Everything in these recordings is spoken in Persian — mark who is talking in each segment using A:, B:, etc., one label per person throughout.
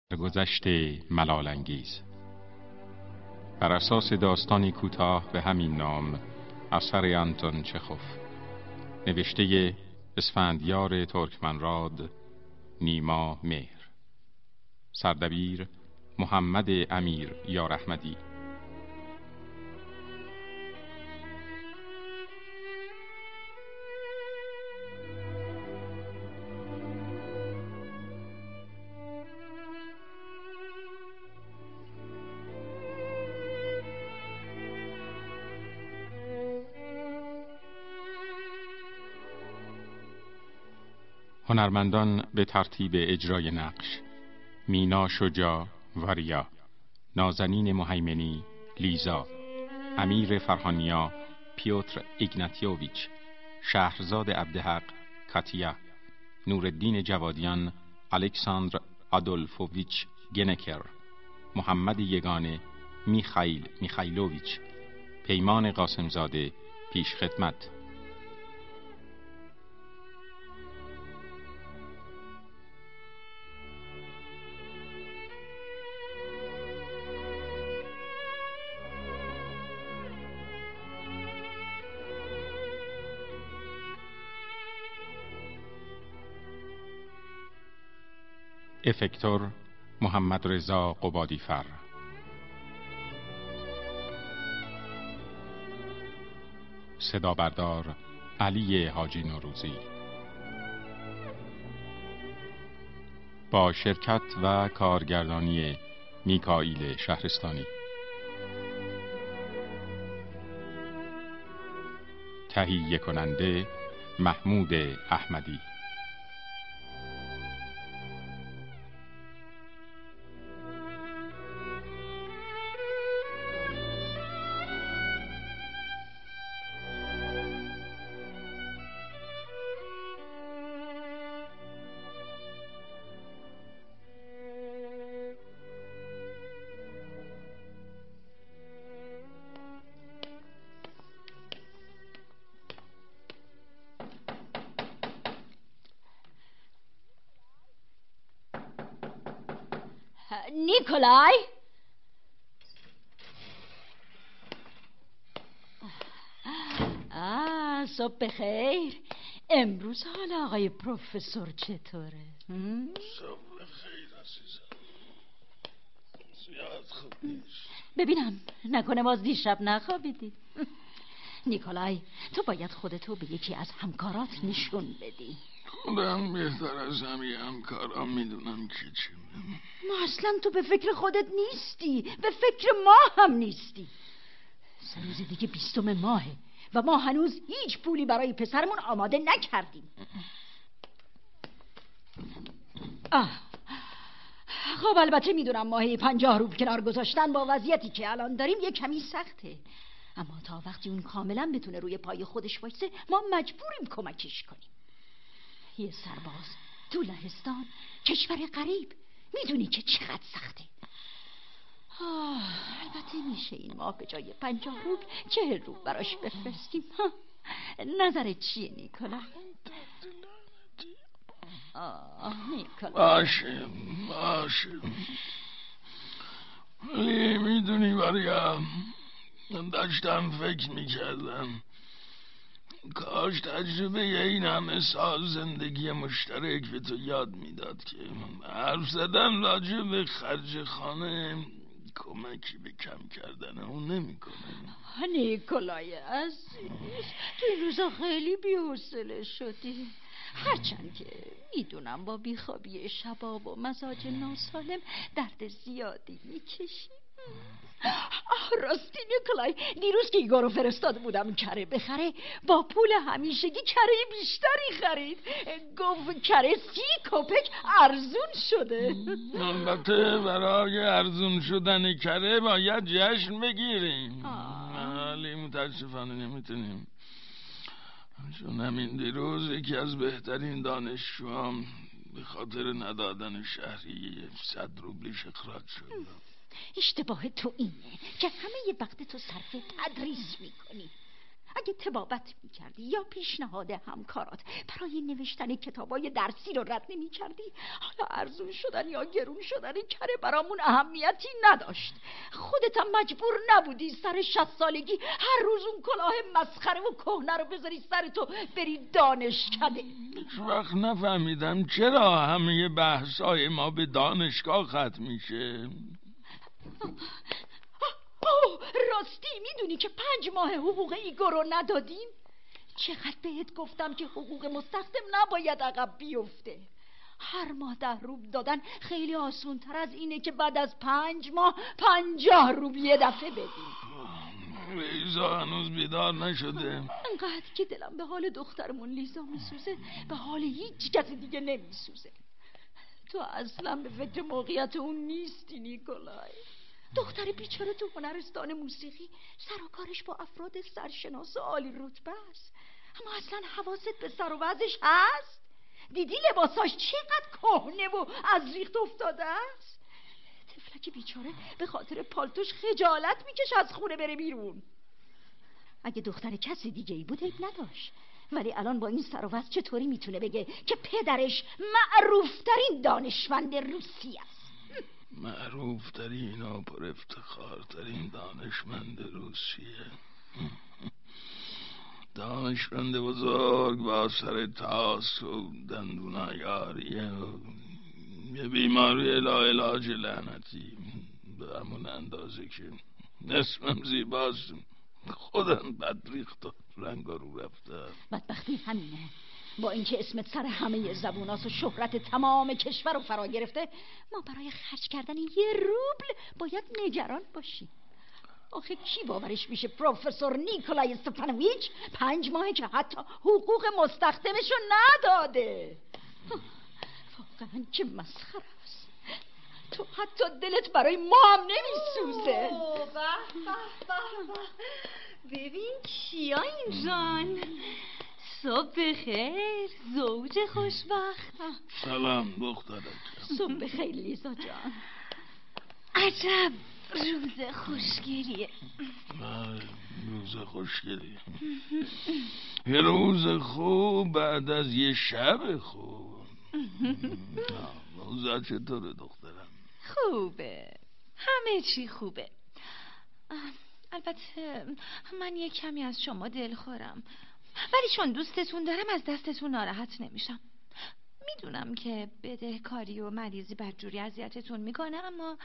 A: گذشت ملال‌انگیز. بر اساس داستانی کوتاه به همین نام اثر آنتون چخوف، نوشته اسفندیار ترکمنراد، نیما مهر، سردبیر محمد امیر یارحمدی. هنرمندان به ترتیب اجرای نقش: مینا شجاع واریا، نازنین مهیمنی لیزا، امیر فرهانیا پیوتر ایگناتیوویچ، شهرزاد عبدحق کاتیا، نورالدین جوادیان الکساندر آدولفوویچ گنکر، محمد یگانه میخائیل میخائیلوویچ، پیمان قاسمزاده پیشخدمت. افکتور محمد رضا قبادیفر. صدا بردار علی حاجی نوروزی. با شرکت و کارگردانی میکائیل شهرستانی. تهیه کننده محمود احمدی.
B: نیکولای، صبح بخیر. امروز حال آقای پروفسور چطوره؟
C: صبح بخیر عزیزم. زیاد خوب نیست.
B: ببینم نکنه باز دیشب نخوابیدی. نیکولای، تو باید خودتو به یکی از همکارات نشون بدی.
C: خودم بهتر از همه همکارام میدونم که چی.
B: ما اصلا تو به فکر خودت نیستی، به فکر ما هم نیستی. 3 روز دیگه 20 ماهه و ما هنوز هیچ پولی برای پسرمون آماده نکردیم. خب البته میدونم ماهی 50 روبل کنار گذاشتن با وضعیتی که الان داریم یه کمی سخته، اما تا وقتی اون کاملا بتونه روی پای خودش وایسه ما مجبوریم کمکش کنیم. یه سرباز تو لهستان، کشور غریب، میدونی که چقدر سخته. البته میشه این ماه به جای 50 روبل 40 روبل براش بفرستیم. نظرت چیه نیکولا؟ نیکولا
C: باشه ولی میدونی واریا، من داشتم فکر میکردم کاش تجربه این همه سال زندگی مشترک به تو یاد میداد که حرف زدن راجع به خرج خانه کمکی به کم کردن اون نمیکنه.
B: نیکولای عزیز، تو این روزا خیلی بی‌حوصله شدی. هرچند که میدونم با بیخوابی شباب و مزاج ناسالم درد زیادی میکشی. راستی نیکولای، دیروز که ایگارو فرستاده بودم کره بخره، با پول همیشگی کره بیشتری خرید. گفت کره 30 کپک ارزون شده.
C: البته برای ارزون شدن کره باید جشن بگیریم، ولی متاسفانه نمیتونیم، چون همین دیروز یکی از بهترین دانشجوام به خاطر ندادن شهریه 100 روبلیش اخراج شد.
B: اشتباه تو اینه که همه وقت تو صرف تدریس میکنی. اگه طبابت میکردی یا پیشنهاد همکارات برای نوشتن کتابای درسی رو رد نمیکردی، حالا ارزون شدن یا گرون شدن کره برامون اهمیتی نداشت. خودت هم مجبور نبودی سر 60 سالگی هر روز اون کلاه مسخره و کهنه رو بذاری سر تو بری دانشکده.
C: هیچ وقت نفهمیدم چرا همه بحثای ما به دانشگاه ختم میشه.
B: راستی میدونی که 5 ماه حقوق ایگور رو ندادیم؟ چقدر بهت گفتم که حقوق مستخدم نباید عقب بیفته. هر ماه 10 روبل دادن خیلی آسون تر از اینه که بعد از 5 ماه 50 روبل یه دفعه بدیم.
C: لیزا هنوز بیدار نشده.
B: انقدر که دلم به حال دخترمون لیزا میسوزه به حال هیچ کس دیگه نمیسوزه. تو اصلا به فکر موقعیت اون نیستی نیکولای. دختر بیچاره تو هنرستان موسیقی سر و کارش با افراد سرشناس و عالی رتبه است، اما اصلا حواست به سر و وضعش هست؟ دیدی لباساش چقدر کهنه و از ریخت افتاده است؟ طفلک بیچاره به خاطر پالتوش خجالت میکشه از خونه بره بیرون. اگه دختر کسی دیگه ای بود عیب نداشت، ولی الان با این سر و وضع چطوری میتونه بگه که پدرش معروفترین دانشمند روسی است؟
C: معروفترین و پر افتخارترین دانشمند روسیه. دانشمند بزرگ با سر تاس و دندون عیاریه و یه بیماری لاعلاج لعنتی به همون اندازه که اسمم زیباست خودم بد ریخت و رنگ رو رفته.
B: بدبختی همینه، با اینکه اسمت سر همه زبوناست و شهرت تمام کشور رو فرا گرفته، ما برای خرج کردن 1 روبل باید نگران باشیم. آخه کی باورش میشه پروفسور نیکولای استپانویچ 5 ماهه که حتی حقوق مستخدمشو نداده؟ واقعا که مسخره است. تو حتی دلت برای ما هم نمیسوزه.
D: ببین کیا اینجان. صبح بخیر زوج خوشبخت.
C: سلام دخترک.
B: صبح بخیر لیزا جان.
D: عجب روز خوشگلیه.
C: روز خوشگلیه. یه روز خوب بعد از یه شب خوب. اوضاع چطوره دخترم؟
D: خوبه، همه چی خوبه. البته من یه کمی از شما دلخورم، ولی چون دوستتون دارم از دستتون ناراحت نمیشم. میدونم که بدهکاری و مریضی بدجوری اذیتتون میکنه، اما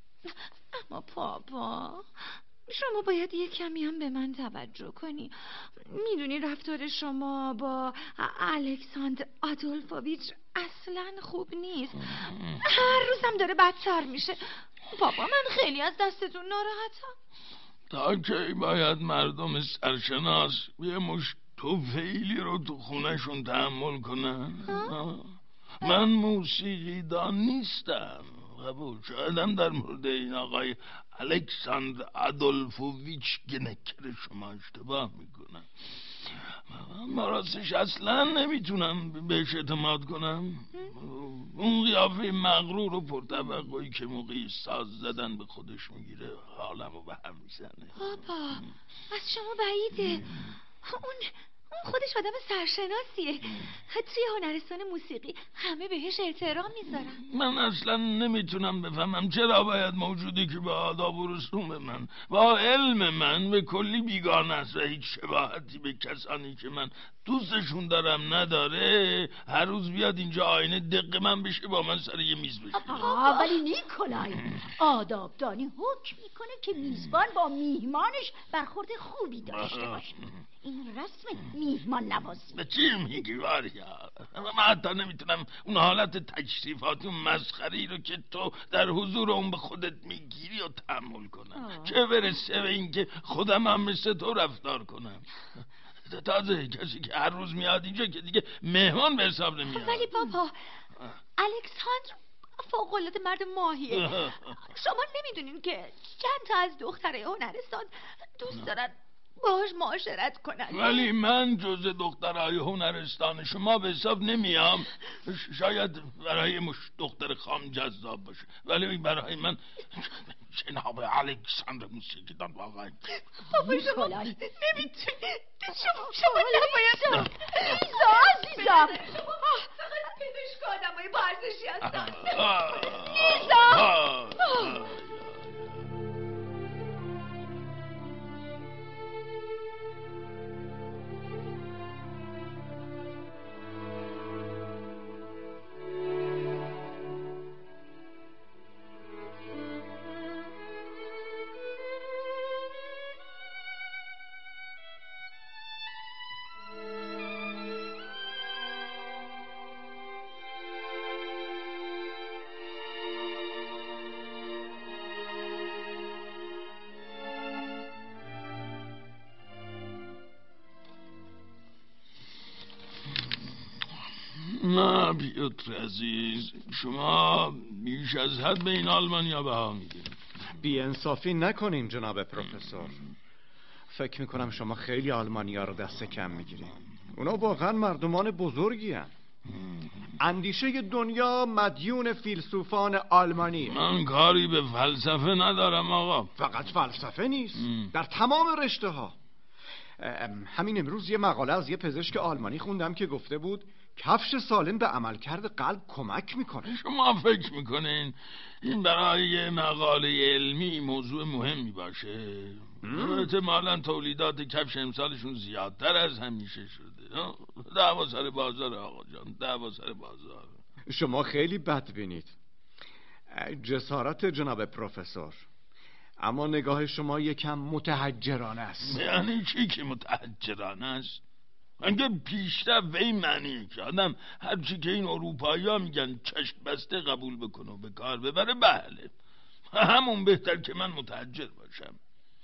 D: بابا شما باید یه کمی هم به من توجه کنی. میدونی رفتار شما با الکساندر آدولفوویچ اصلا خوب نیست، هر روزم داره بدتر میشه. بابا من خیلی از دستتون ناراحتم.
C: تا کی باید مردم سرشناس یه مش توفیلی رو تو خونهشون تحمل کنن؟ من موسیقی دان نیستم قبول، شایدم در مورد این آقای الکساندر آدولفوویچ گنکر شما اشتباه میکنم. من راستش اصلا نمیتونم بهش اعتماد کنم. اون قیافه مغرور و پرتوقعی که موقعی ساز زدن به خودش میگیره حالمو به هم میزنه.
D: بابا از شما بعیده. اون خودش آدم سرشناسیه، توی هنرستان موسیقی همه بهش احترام میذارن.
C: من اصلا نمیتونم بفهمم چرا باید موجودی که به آداب و رسوم من و علم من به کلی بیگانه است و هیچ شباهتی به کسانی که من دوستشون دارم نداره هر روز بیاد اینجا آینه دق من بشه با من سر یه میز بشه.
B: ولی نیکولای آداب دانی حکم میکنه که میزبان با میهمانش برخورد خوبی داشته باشه. این رسم میهمان نوازی.
C: به چی میگی واریا؟ من حتی نمیتونم اون حالت تشریفاتی و مسخری رو که تو در حضور اون به خودت میگیری و تحمل کنم، چه برسه به این که خودم هم مثل تو رفتار کنم. تازه کسی که هر روز میاد اینجا که دیگه مهمان به حساب نمیاد.
D: ولی بابا الکساندر فوق‌العاده مرد ماهیه. شما نمیدونین که چند تا از دختره هنرستان دوست دارن باهاش معاشرت کنن.
C: ولی من جز دخترهای هنرستان شما به حساب نمیام. شاید برای دختر خام جذاب باشه، ولی برای من جناب الکساندر موسیقیدان واقعا.
D: بابا شما نمیتونی، شما نباید.
B: لیزا عزیزم،
D: فقط پزشک آدمای با ارزشی هستن.
B: لیزا
C: نه پیوتر عزیز، شما بیش از حد به این آلمانیا بها میدید.
E: بی‌انصافی نکنین جناب پروفسور. فکر میکنم شما خیلی آلمانیا رو دست کم میگیرین. اونا واقعا مردمان بزرگی هن. اندیشه دنیا مدیون فیلسوفان آلمانی.
C: من کاری به فلسفه ندارم آقا.
E: فقط فلسفه نیست، در تمام رشته ها. همین امروز یه مقاله از یه پزشک آلمانی خوندم که گفته بود کفش سالم به عملکرد قلب کمک میکنه.
C: شما فکر میکنین این برای یه مقاله علمی موضوع مهمی باشه؟ احتمالاً تولیدات کفش امسالشون زیادتر از همیشه شده. دعوا سر بازار آقا جان، دعوا سر بازار.
E: شما خیلی بدبینید. جسارت جناب پروفسور، اما نگاه شما یکم متحجرانه است.
C: یعنی چی که متحجرانه است؟ اگه پیشرفت به این معنیه که آدم هرچی که این اروپایی ها میگن چشم بسته قبول بکنه و به کار ببره، بله همون بهتر که من متحجر باشم.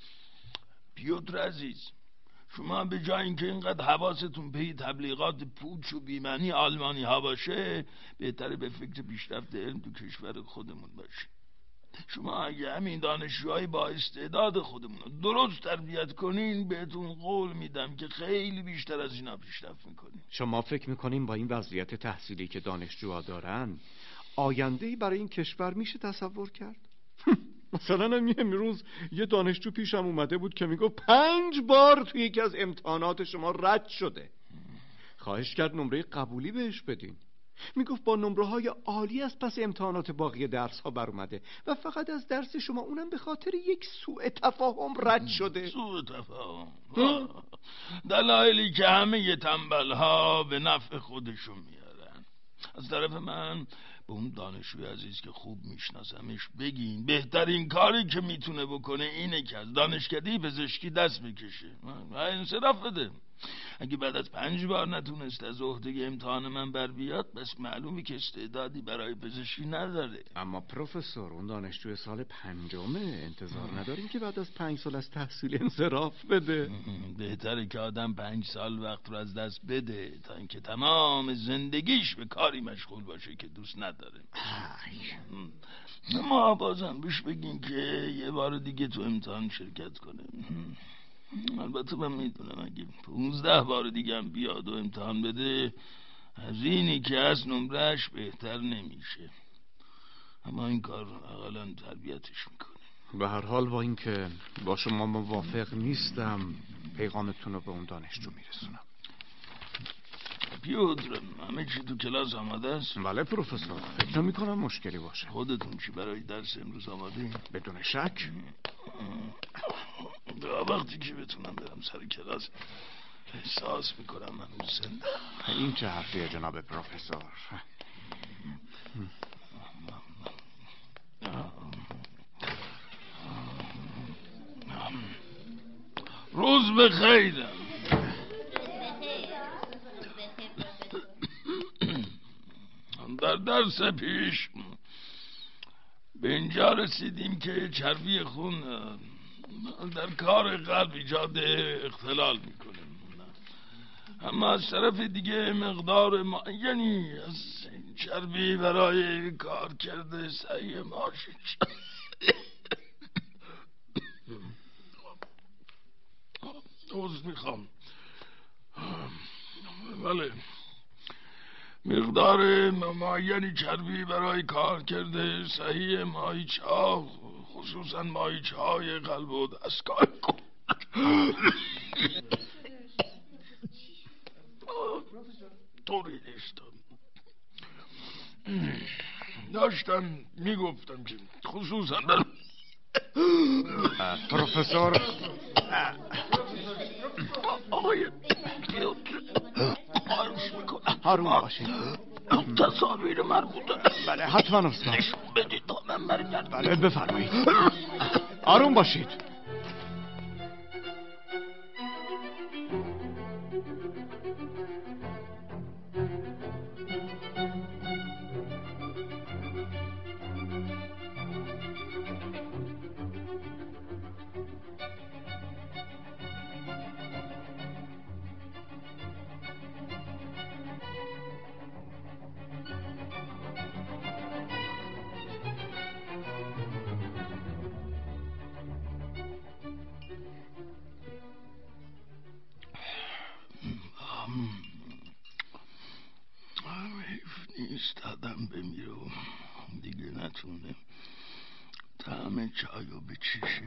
C: پیوتر عزیز، شما به جای اینکه اینقدر حواستون به تبلیغات پوچ و بی‌معنی آلمانی ها باشه، بهتره به فکر پیشرفت علم تو کشور خودمون باشید. شما اگه همین دانشجوهای با استعداد خودمون رو درست تربیت کنین، بهتون قول میدم که خیلی بیشتر از اینا پیشرفت میکنین.
E: شما فکر میکنین با این وضعیت تحصیلی که دانشجوها دارن آینده‌ای برای این کشور میشه تصور کرد؟ مثلا امروز یه دانشجو پیشم اومده بود که میگفت 5 بار توی یکی از امتحانات شما رد شده. خواهش کرد نمره قبولی بهش بدین. میگفت با نمره‌های عالی از پس امتحانات باقی درس‌ها بر اومده و فقط از درس شما، اونم به خاطر یک سوء تفاهم رد شده.
C: سوء تفاهم؟ دلایلی که همه تنبل‌ها به نفع خودشون میارن. از طرف من به اون دانشجوی عزیز که خوب میشناسمش بگین بهترین کاری که میتونه بکنه اینه که از دانشکده پزشکی دست بکشه و انصراف بده. اگه بعد از 5 بار نتونست از عهده امتحان من بر بیاد، بس معلومی که استعدادی برای پزشکی نداره.
E: اما پروفسور، اون دانشجوی سال 5 انتظار نداریم که بعد از 5 سال از تحصیل انصراف بده.
C: بهتره که آدم 5 سال وقت رو از دست بده تا اینکه تمام زندگیش به کاری مشغول باشه که دوست نداره. ما بازم بهش بگین که یه بار دیگه تو امتحان شرکت کنه. البته من میدونم اگه 15 بار دیگه هم بیاد و امتحان بده، از اینی که از نمرهش بهتر نمیشه. اما این کار اقلا تربیتش میکنه.
E: به هر حال با این که با شما موافق نیستم، پیغامتون رو به اون دانشجو میرسونم.
C: پیوتر، همه چی تو کلاس آماده است؟
E: بله پروفسور، فکر نمی‌کنم مشکلی باشه.
C: خودتون چی برای درس امروز آماده این؟
E: بدون شک.
C: وقتی که بتونم برم سر کلاس احساس میکنم من زنده.
E: این چه حرفیه جناب پروفسور؟
C: روز بخیر. در درس پیش به اینجا رسیدیم که چربی خون در کار قلب ایجاد اختلال میکنه، اما از طرف دیگه مقدار معینی از چربی برای کار کرده صحیح عذر میخوام. بله، مقدار معینی چربی برای کار کرده صحیح ماهیچه ها، خصوصا ماهیچه های قلب و دستگاه کن. طوری نیست. داشتم میگفتم که خصوصا در
E: پروفسور
C: آقای عرض میکنم
E: آروم باشید.
C: تصاویر مربوطه.
E: بله حتما استاد.
C: نشون بدید تا من برگردم.
E: بله بفرمایید. آروم باشید.
C: نیست آدم بمیره و دیگه نتونه طعم چایو بچشه.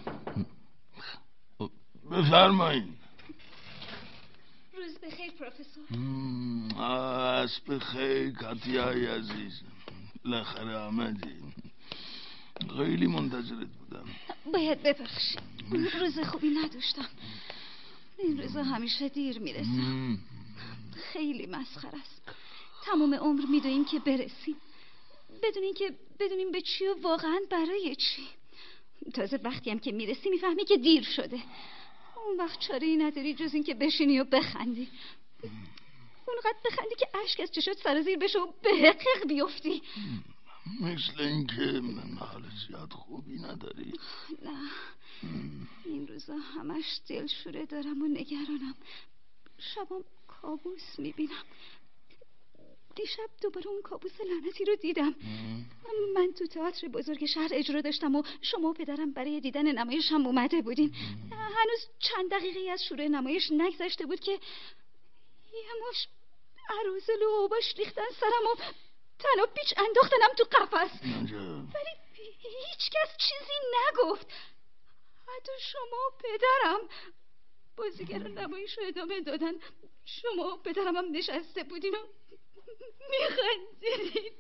C: بفرمایین.
D: روز بخیر پروفسور.
C: اسب خیر کاتیای عزیز، بالاخره آمدی. خیلی منتظرت بودم.
B: باید ببخشی، روز خوبی نداشتم. این روزا همیشه دیر میرسم. خیلی مسخره است. تمام عمر میدونیم که برسیم بدونیم به چی و واقعا برای چی. تازه وقتی هم که میرسی میفهمی که دیر شده. اون وقت چاره‌ای نداری جز این که بشینی و بخندی. اونقدر بخندی که اشک از چشات سرازیر بشه و به حقیق بیفتی.
C: مثل این که حال زیاد خوبی نداری.
B: نه، این روزا همش دلشوره دارم و نگرانم. شبام کابوس میبینم. دیشب دوباره اون کابوس لعنتی رو دیدم. من تو تئاتر بزرگ شهر اجرا داشتم و شما و پدرم برای دیدن نمایش هم اومده بودین. هنوز چند دقیقه از شروع نمایش نگذشته بود که یه مش عروضل و اوباش ریختن سرم و تن و پیچ انداختنم تو قفس. ولی هیچ کس چیزی نگفت، حتی شما و پدرم. بازیگران نمایش رو ادامه دادن. شما و پدرم هم نشسته بودین و میخندیدین.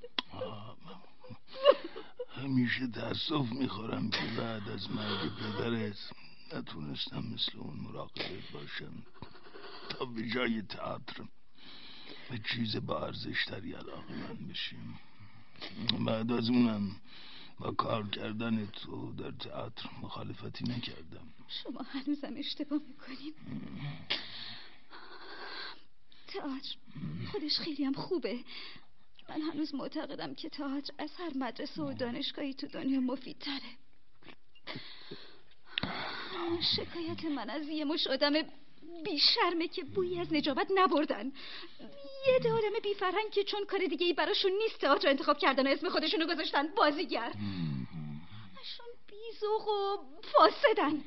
C: همیشه تأسف میخورم که بعد از مرگ پدرت نتونستم مثل اون مراقبت باشم تا به جای تئاتر به چیز با ارزش‌تری علاقه‌مند بشیم. بعد از اونم با کار کردن تو در تئاتر مخالفتی نکردم.
B: شما هنوزم اشتباه میکنیم. تئاتر خودش خیلی هم خوبه. من هنوز معتقدم که تئاتر از هر مدرسه و دانشگاهی تو دنیا مفیدتره. شکایت من از یه مش آدم بیشرمه که بویی از نجابت نبردن. یه ده آدم بیفرهنگ که چون کار دیگه ای براشون نیست تئاتر انتخاب کردن و اسم خودشونو گذاشتن بازیگر. همشون بیزوق و فاسدن.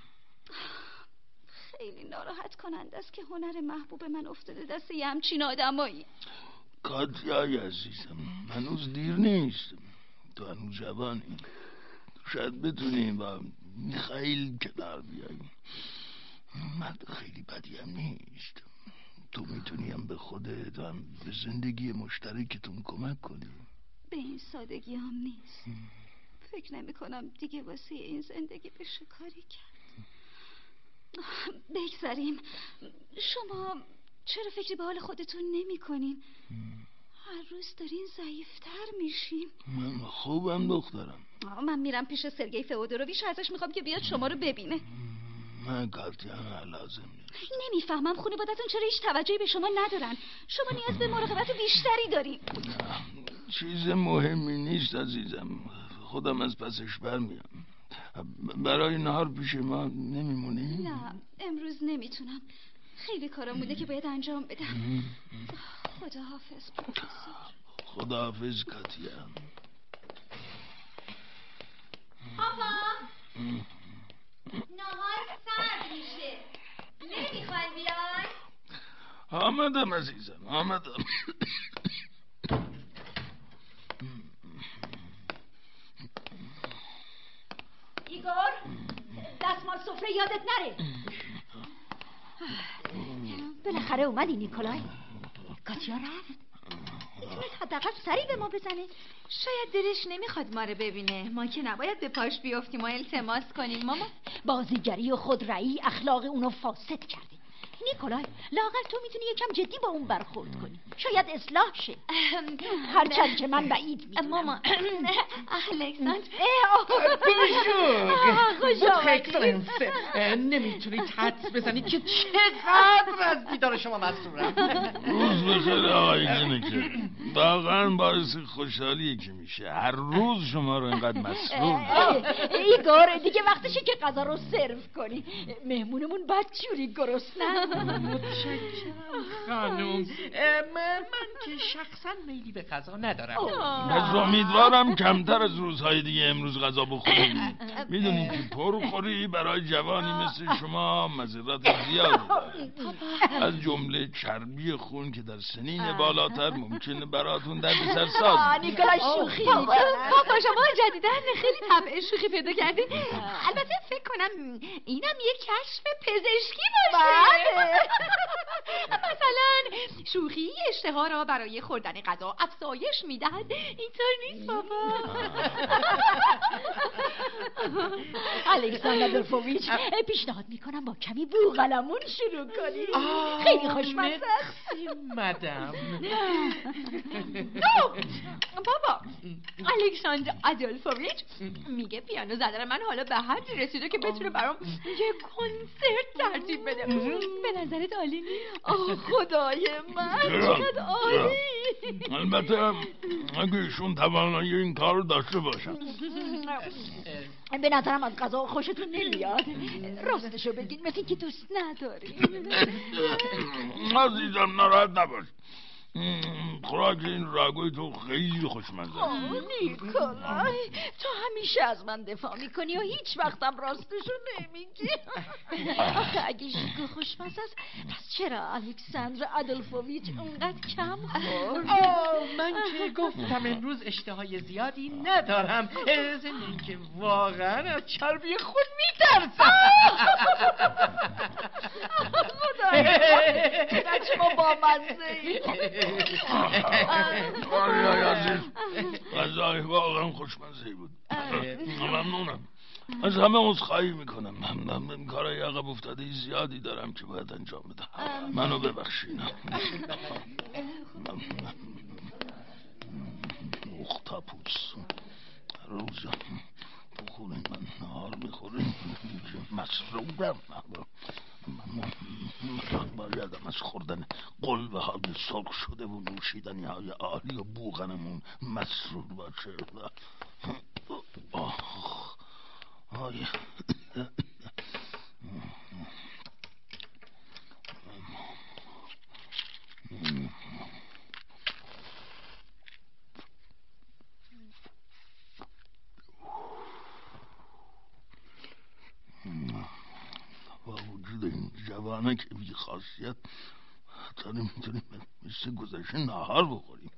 B: خیلی ناراحت کننده است که هنر محبوب من افتاده دست یه همچین آدمایی.
C: کاتیای عزیزم، هنوز دیر نیست. تو هنوز جوانی. شاید بتونیم با میخائیل کنار بیاییم. مرد خیلی بدی هم نیست. تو میتونی هم به خودت هم به زندگی مشترکتون کمک کنی.
B: به این سادگی هم نیست. فکر نمی کنم دیگه واسه این زندگی بشه کاری کرد. بگذاریم. شما چرا فکری به حال خودتون نمی کنین؟ هر روز دارین ضعیفتر میشین.
C: من خوبم دخترم.
B: من میرم پیش سرگئی فئودورویچ، ازش میخوام که بیاد شما رو ببینه.
C: من کارتیانا لازم نیست.
B: نمیفهمم خانوادتون چرا هیچ توجهی به شما ندارن. شما نیاز به مراقبت بیشتری دارین.
C: چیز مهمی نیست عزیزم. خودم از پسش برمیام. برای نهار پیش ما نمیمونی؟
B: نه امروز نمیتونم. خیلی کارم بوده که باید انجام بدم. خداحافظ پروفسور.
C: خداحافظ کاتیا.
D: پاپا نهار سرد میشه.
C: آمدم عزیزم، آمدم.
B: ایگور، دستمال سفره یادت نره. بالاخره اومدی نیکولای. کاتیا رفت. میتونست حداقل سری به ما بزنه.
D: شاید دلش نمیخواد ما رو ببینه. ما که نباید به پاش بیافتیم و التماس کنیم. ماما
B: بازیگری و خودرأیی اخلاق اونو فاسد کرده. نیکولای، لااقل تو میتونی یکم جدی با اون برخورد کنی. شاید اصلاح شه. هرچند که من بعید میدونم.
D: ماما الکساندر
E: بوتخ اکسلنس، نمیتونید حدس بزنید که چقدر از دیدار شما مسرورم.
C: روز بخیر آقای جنکر، واقعا باعث خوشحالیه که میشه هر روز شما رو اینقدر مسرور.
B: ایگور، دیگه وقتشه که غذا رو سرو کنی. مهمونمون بدجوری گرسنه.
E: متشکرم خانم. من که شخصا میلی به غذا ندارم.
C: پس امیدوارم کمتر از روزهای دیگه امروز غذا بخوریم. میدونیم که پرخوری برای جوانی مثل شما مضرات زیادی داره، از جمله چربی خون که در سنین بالاتر ممکنه براتون دردسر ساز.
B: نیکولای شوخی
D: پاپا شما جدیدن خیلی طبع شوخی پیدا کردین. البته فکر کنم اینم یک کشف پزشکی باشه. مثلا شوخی اشتها را برای خوردن غذا افزایش میدهد. اینطور نیست بابا؟
B: الکساندر آدولفوویچ، پیشنهاد میکنم با کمی بوقلمون شروع کنیم. خیلی خوشمزه است.
E: مدام.
D: بابا الکساندر آدولفوویچ میگه پیانو زدن من حالا به حدی رسیده که بتونه برام یه کنسرت ترتیب بده. به نظرت عالی نیست؟ خدای من چقدر عالی.
C: البته اگه ایشون توانایی این کار رو داشته باشن.
B: به نظرم از غذا خوشتون نمیاد. راستشو بگین، مثل که دوست نداریم.
C: عزیزم ناراحت نباش، خوراک این راگوی تو خیلی خوشمزه است.
B: نیکولای، تو همیشه از من دفاع میکنی و هیچ وقتم راستشو نمیگی. آخه اگه شیگو خوشمزه است، پس چرا الکساندر آدولفوویچ اونقدر کم خورد؟
E: من که گفتم امروز اشتهای زیادی ندارم، ضمن اینکه واقعا از چربی خود میترسم.
B: خدای من شما با مزه.
C: آره عزیز، غذای واقعا خوشمزه بود. ممنونم. از همه عذرخواهی میکنم. من کارهای عقب افتاده زیادی دارم که باید انجام بدم. منو ببخشین. اختاپوس روز بخورین، من نهار میخورین مسرورم. بایدم از خوردن قلبه های سرخ شده و نوشیدنی های عالی و بوغنمون مسرور باشه. با وجود این جوانه که بی خاصیت حتی میتونیم مثل گذشته نهار بخوریم.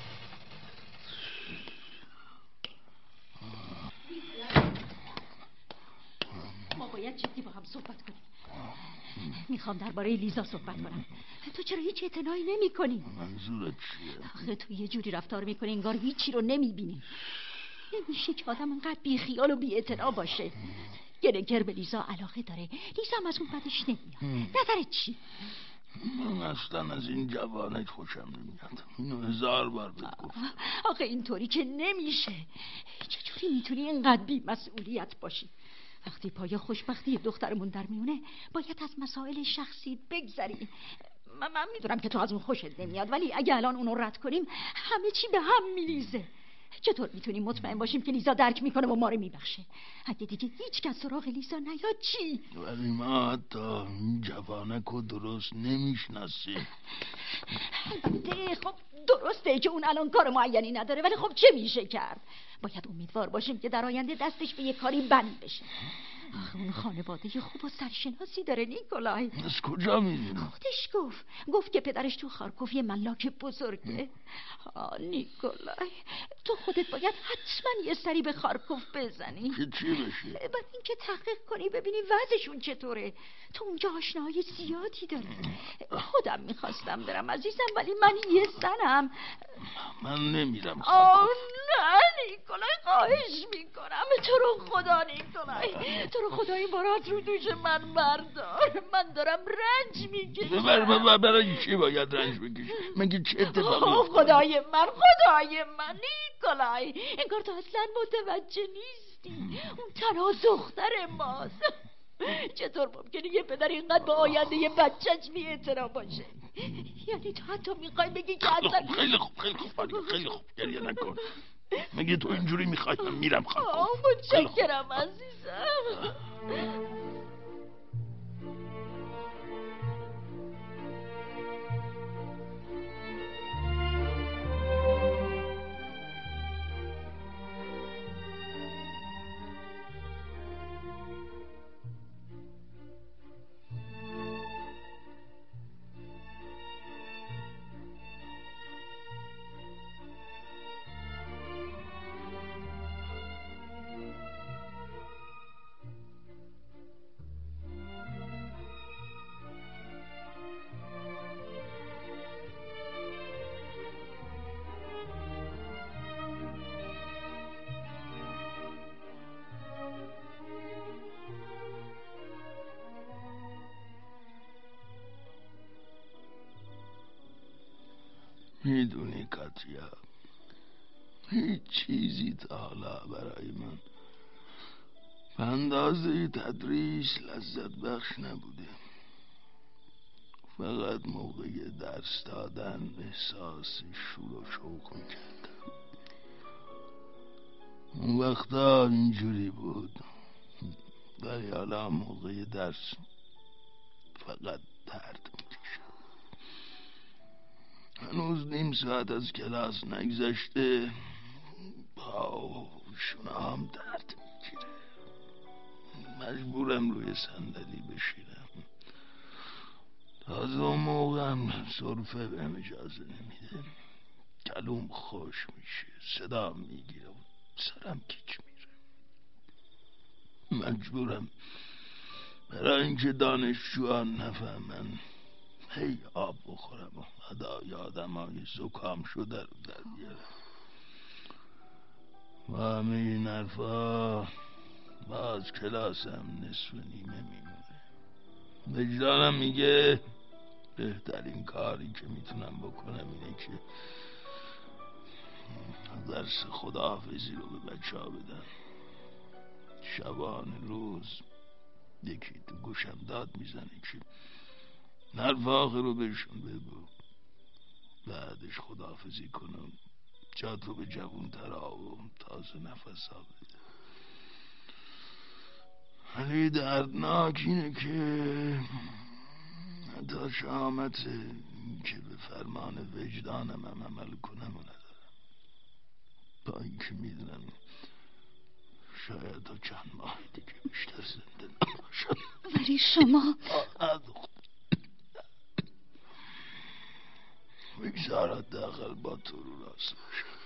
B: ما باید جدی با هم صحبت کنیم. میخوام درباره لیزا صحبت کنم. تو چرا هیچ اعتنایی نمی کنی؟
C: منظورت چیه؟
B: آخه تو یه جوری رفتار میکنی انگار هیچی رو نمیبینی. نمیشه که آدم انقدر بی خیال و بی اعتنا باشه. گرگر به لیزا علاقه داره، لیزا هم از اون بدش نمیاد. نظرت چی؟
C: من اصلا از این جوانه خوشم نمیاد. اینو 1000 بار بهت گفتم.
B: آخه اینطوری که نمیشه. چجوری میتونی اینقدر بی مسئولیت باشی؟ وقتی پای خوشبختی دخترمون در میونه باید از مسائل شخصی بگذری. من میدونم که تو از اون خوشت نمیاد، ولی اگه الان اونو رد کنیم همه چی به هم میریزه. چطور میتونیم مطمئن باشیم که لیزا درک میکنه و ما رو میبخشه؟ اگه دیگه هیچ کس سراغ لیزا نیاد چی؟
C: ولی ما حتی این جوانکو درست نمیشناسیم.
B: البته خب درسته که اون الان کار معینی نداره، ولی خب چه میشه کرد؟ باید امیدوار باشیم که در آینده دستش به یه کاری بند بشه. آخه اون خانواده خوب و سرشناسی داره نیکولای.
C: از کجا میدونی؟
B: خودش گفت که پدرش تو خارکوف یه ملاک بزرگه. نیکولای تو خودت باید حتما یه سری به خارکوف بزنی.
C: که چی بشه؟
B: برای اینکه تحقیق کنی ببینی وضعشون چطوره. تو اونجا آشناهای زیادی داری. خودم میخواستم برم عزیزم ولی من یه زنم.
C: من نمیرم.
B: نه نیکولای خواهش میکنم تو رو خدا نیکولای، تو رو خدا این بارات رو دوش من بردار. من دارم رنج میکشم.
C: برای چی باید رنج بکشی؟ مگه چه اتفاقی؟
B: خدای من نیکولای، انگار تو اصلا متوجه نیستی. اون تنها دختر ماست. چطور ممکنه یه پدر اینقدر به آینده یه بچه‌ش بی‌اعتنا باشه؟ یعنی تو حتی میخوای بگی که اصلا
C: خیلی خوب گریه نکن. مگه تو اینجوری میخوای؟ من میرم خانم.
B: متشکرم عزیزم.
C: میدونی کاتیا، هیچ چیزی تا حالا برای من به اندازه تدریس لذت بخش نبوده. فقط موقع درس دادن احساس شور و شوق میکردم. اون وقتا اینجوری بود، ولی حالا موقع درس فقط درد میکشم. هنوز نیم ساعت از کلاس نگذشته پا و شونه هم درد میگیره. مجبورم روی صندلی بشینم. تازه اون موقع هم سرفه بهم اجازه نمیده. کلوم خوش میشه، صدا میگیره و سرم کیچ میره. مجبورم برای اینکه دانشجویان نفهمن هی آب بخورم و ادای آدمای زکام شده رو در بیارم. و همه این حرفا باز کلاسم نصف نیمه میمونه. وجدانم میگه بهترین کاری که میتونم بکنم اینه که درس خداحافظی رو به بچه ها بدم. شبان روز یکی تو گوشم داد میزنه که حرف آخر رو بهشون بگو، بعدش خداحافظی کنم، جات رو به جوون ترا و تازه نفس ها بده. ولی دردناک اینه که حتی شامت که به فرمان وجدانم هم عمل کنم و ندارم. با اینکه میدونم شاید تا چند ماه دیگه بیشتر زنده نباشم.
B: ولی شما
C: بگذارد داخل با تو رو راست باشم.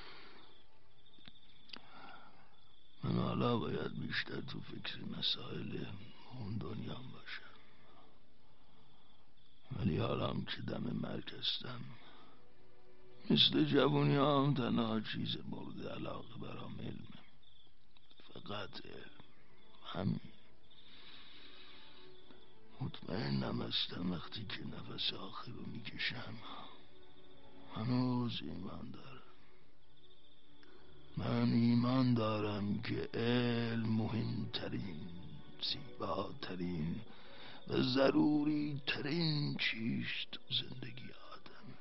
C: من حالا باید بیشتر تو فکر مسائل اون دنیا باشم. ولی حالا که دم مرگ هستم، مثل جوونی هم تنها چیز مورد علاقه برام علمه. فقط علم، همین. مطمئنم هستم وقتی که نفس آخر رو میکشم هنوز ایمان دارم. من ایمان دارم که علم مهمترین، زیباترین و ضروری ترین چیز تو زندگی آدم.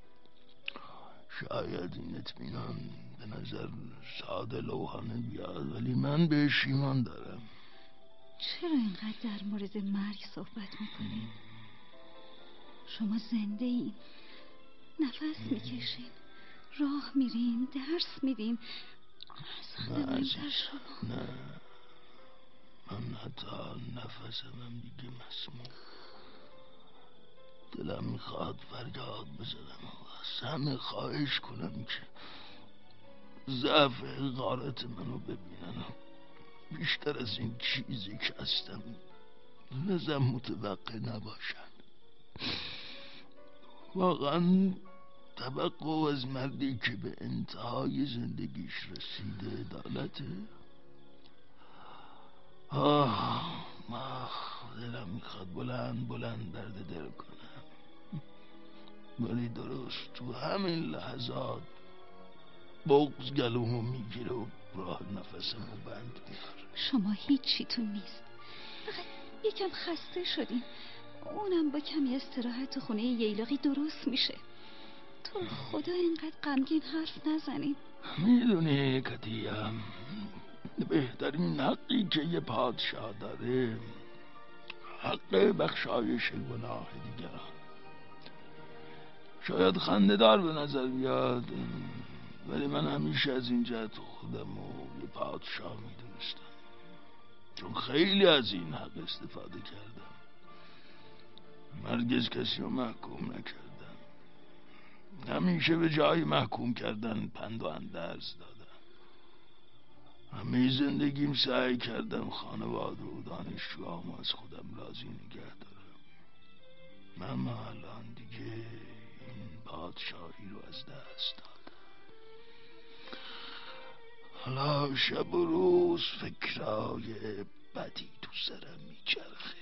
C: شاید این اطمینان به نظر ساده لوحانه بیاد، ولی من بهش ایمان دارم.
B: چرا اینقدر در مورد مرگ صحبت میکنین؟ شما زنده این، نفس میکشین، راه میرین، درس میدین.
C: نه عزیز، نه، من حتی نفسم هم دیگه مسموم. دلم میخواد فریاد بزنم و از همه خواهش کنم که ضعف غارت منو ببینن و بیشتر از این چیزی که هستم نزم متوقع نباشن. واقعا توقع از مردی که به انتهای زندگیش رسیده عدالته. دلم میخواد بلند بلند درد دل کنم، ولی درست تو همین لحظات بغض گلومو میگیره و راه نفسمو بند میاره.
B: شما هیچیتون نیست، فقط یکم خسته شدین، اونم با کمی استراحت تو خونه ییلاقی درست میشه. تو خدا اینقدر غمگین حرف نزنین.
C: میدونی کتیم، بهترین حقی که یه پادشاه داره حق بخشایش گناه دیگران. شاید خنده‌دار به نظر بیاد، ولی من همیشه از این جهت خودم رو یه پادشاه میدونستم، چون خیلی از این حق استفاده کردم. هرگز کسی رو محکوم نکردم، همیشه به جای محکوم کردن پند و اندرز دادم. همه زندگیم سعی کردم خانواده و دانشجوام از خودم راضی نگه دارم. اما الان دیگه این پادشاهی رو از دست دادم. حالا شب و روز فکرای بدی تو سرم میچرخه.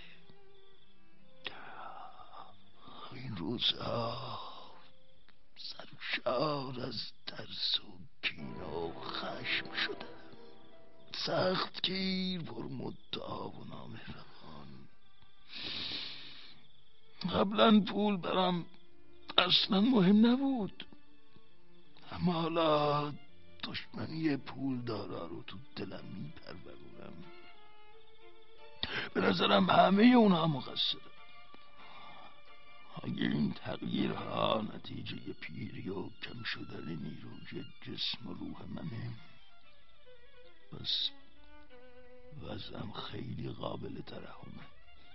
C: این روزها سرشار از ترس و کینه و خشم شدم، سخت گیر، پرمدعا و نامهربان. قبلا پول برام اصلا مهم نبود، اما حالا دشمنی پول دارا رو تو دلم میپرورونم. به نظرم همه اونها مقصرن. اگه این تغییرها نتیجه پیری و کم شدن نیروی جسم و روح منه، پس وضعم خیلی قابل ترحمه.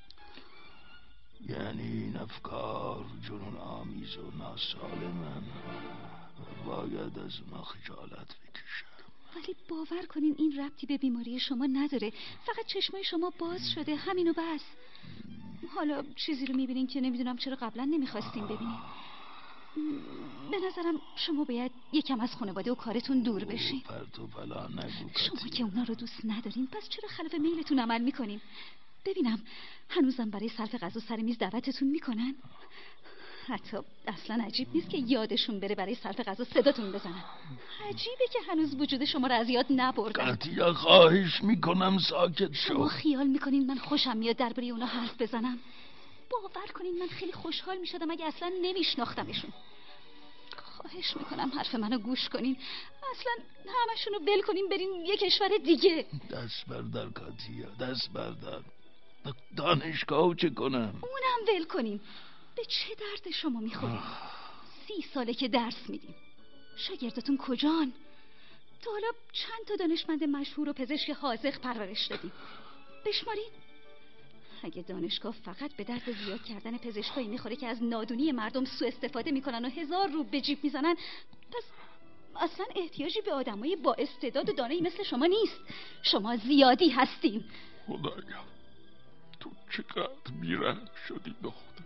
C: یعنی این افکار جنون آمیز و ناسالمن و باید از اونا خجالت بکشم.
B: ولی باور کنین این ربطی به بیماری شما نداره، فقط چشمای شما باز شده، همینو بس. حالا چیزی رو میبینین که نمیدونم چرا قبلا نمیخواستین ببینین. به نظرم شما باید یکم از خانواده و کارتون دور بشین.
C: پرت و پلا نگو کتی.
B: شما که اونا رو دوست ندارین، پس چرا خلاف میلتون عمل میکنین؟ ببینم هنوزم برای صرف غذا سر میز دعوتتون میکنن؟ حتی اصلا عجیب نیست که یادشون بره برای صرف غذا صداتون بزنن. عجیبه که هنوز وجود شما رو از یاد نبردن.
C: کتیا خواهش میکنم ساکت شو.
B: شما خیال میکنین من خوشم میاد درباره اونا حرف بزنم؟ باور کنین من خیلی خوشحال میشدم اگه اصلا نمیشناختمشون. خواهش میکنم حرف منو گوش کنین، اصلا همشونو ول کنین برین یه کشور دیگه.
C: دست بردار کاتیا، دست بردار. دانشگاهو چه کنم؟
B: اونم ول کنین. به چه درد شما میخورین؟ 30 ساله که درس میدین. شاگرداتون کجان؟ تا حالا چند تا دانشمند مشهور و پزشک حاذق پرورش دادین؟ بشمارین. اگه دانشگاه فقط به درد زیاد کردن پزشکایی میخوره که از نادونی مردم سوء استفاده میکنن و 1000 رو به جیب میزنن، پس اصلا احتیاجی به آدمای با استعداد و دانایی مثل شما نیست. شما زیادی هستین.
C: خدایا تو چقدر بیرحم شدی دختر.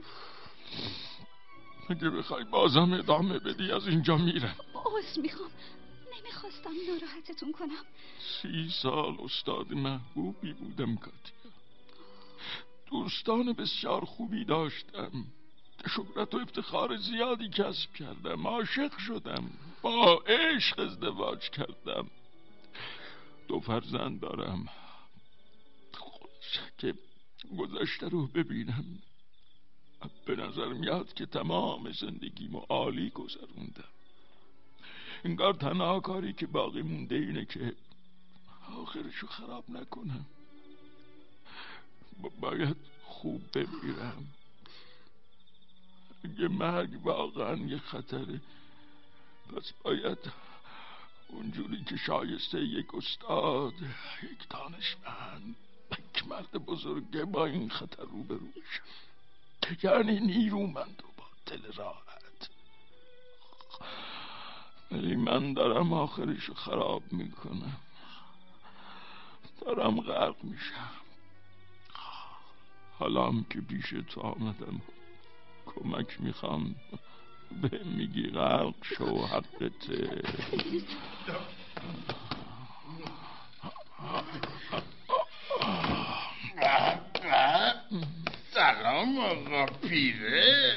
C: اگه بخوای بازم ادامه بدی از اینجا میرم.
B: عذر میخوام، نمیخواستم ناراحتتون کنم.
C: 30 سال استاد محبوبی بودم کاتیا. دوستان بسیار خوبی داشتم، شهرت و افتخار زیادی کسب کردم، عاشق شدم، با عشق ازدواج کردم، 2 فرزند دارم. که گذشته رو ببینم به نظر میاد که تمام زندگیمو عالی گذروندم. انگار تنها کاری که باقی مونده اینه که آخرشو خراب نکنم. باید خوب بمیرم. اگه مرگ واقعا یه خطره، پس باید اونجوری که شایسته یک استاد، یک دانشمند، یک یک مرد بزرگه با این خطر روبرو بشم، یعنی نیرومند و با دل راحت. ولی من دارم آخرشو خراب میکنم، دارم غرق میشم. حالا هم که پیش تو آمدم کمک میخوام، به میگی غرق شو، حقته.
F: سلام آقا پیره.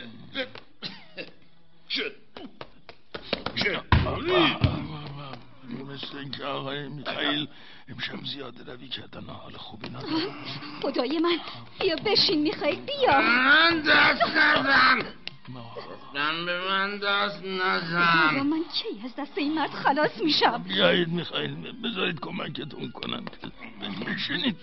F: چطوری؟
C: مثل اینکه آقای میخائیل امشب زیاده روی کردن، حال خوبی ندارم.
B: خدای من، بیا بشین میخائیل، بیا.
F: من دست نزن، گفتم به من دست نزن.
B: من کی از دست این مرد خلاص میشم؟
C: بیایید میخائیل، بذارید کمکتون کنم. بشینید.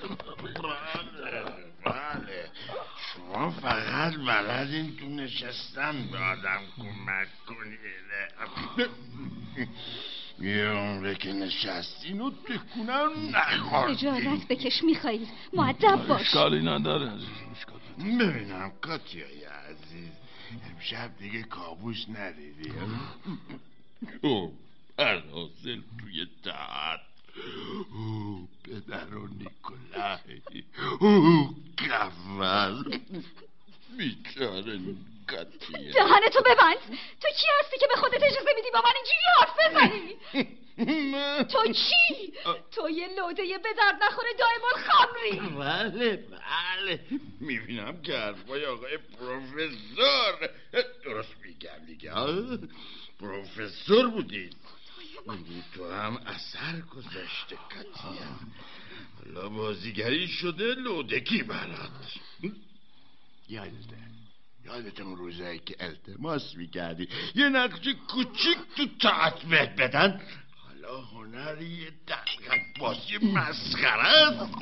F: بله، شما فقط بلدین تو نشستن به آدم کمک کنید. یه عمره که نشستین و تکونم نخوردین.
B: اجازت بکش میخائیل، مؤدب باش.
C: اشکالی نداره عزیز.
F: ببینم کاتیای عزیز، امشب دیگه کابوس ندیدی؟ او پرحاصل توی تحت، او پدر و نیکولای، او کفل، بیچاره کاتیا.
B: دهنتو ببند. تو کی هستی که به خودت اجازه میدی با من اینجوری حرف بزنی؟ تو چی؟ تو یه لوده به درد نخوره دائم الخمری.
F: بله میبینم که حرفای آقای پروفسور درست میگم دیگه. پروفسور بودید، تو هم اثر گذاشته کاتیا. حالا بازیگری شده لودکی برات. یادت اون روزایی که التماس میکردی یه نقش کوچیک تو تئاتر بدن؟ حالا هنری یه دقیقت بازی مسخره است.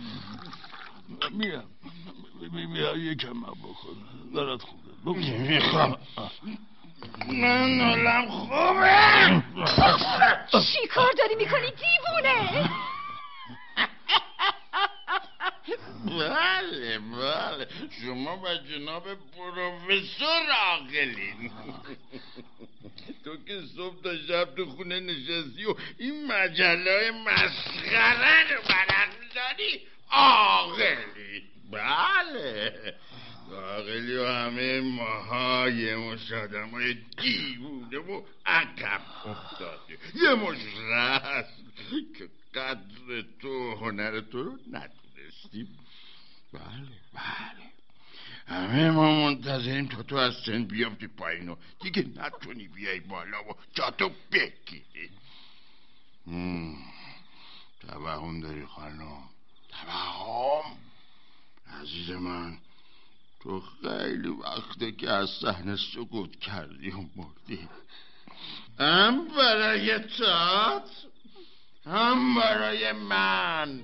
C: میام یکم بخور، دارد خوبه.
F: میخوام. من حالم خوبه.
B: چی کار داری میکنی دیوونه؟
F: بله شما با جناب پروفسور عاقلین. تو که صبح تا شب تو خونه نشستی و این مجله مسخره رو برق می‌زنی، عاقلی. بله عاقلی و همه ماها یه مش آدمای دیوونه و عقب افتاده، یه مش رسم که قدر تو هنر تو رو ندونستیم. بله همه ما منتظریم تو از سن بیافتی پایین و دیگه نتونی بیای بالا و جاتو بگیری. توهم داری خانم، توهم. عزیز من، تو خیلی وقته که از صحنه سقوط کردی و مردی، هم برای تئاتر هم برای من.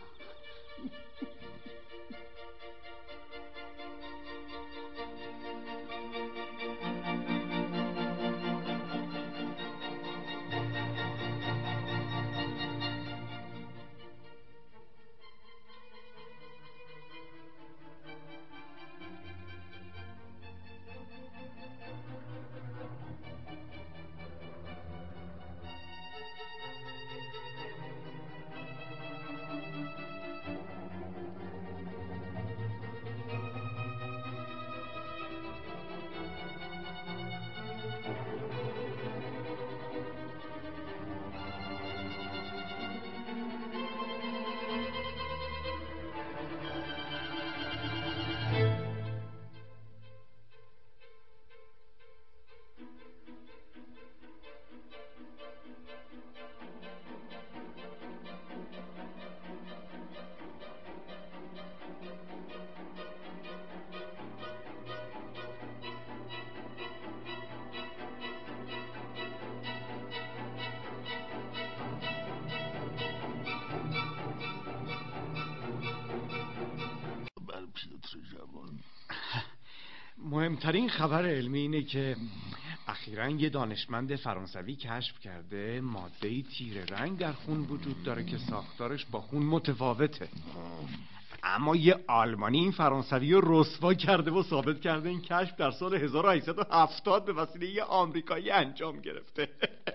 E: مهمترین خبر علمی اینه که اخیراً یه دانشمند فرانسوی کشف کرده ماده‌ای تیره رنگ در خون وجود داره که ساختارش با خون متفاوته. اما یه آلمانی این فرانسوی رو رسوا کرده و ثابت کرده این کشف در سال 1870 به وسیله یه آمریکایی انجام گرفته.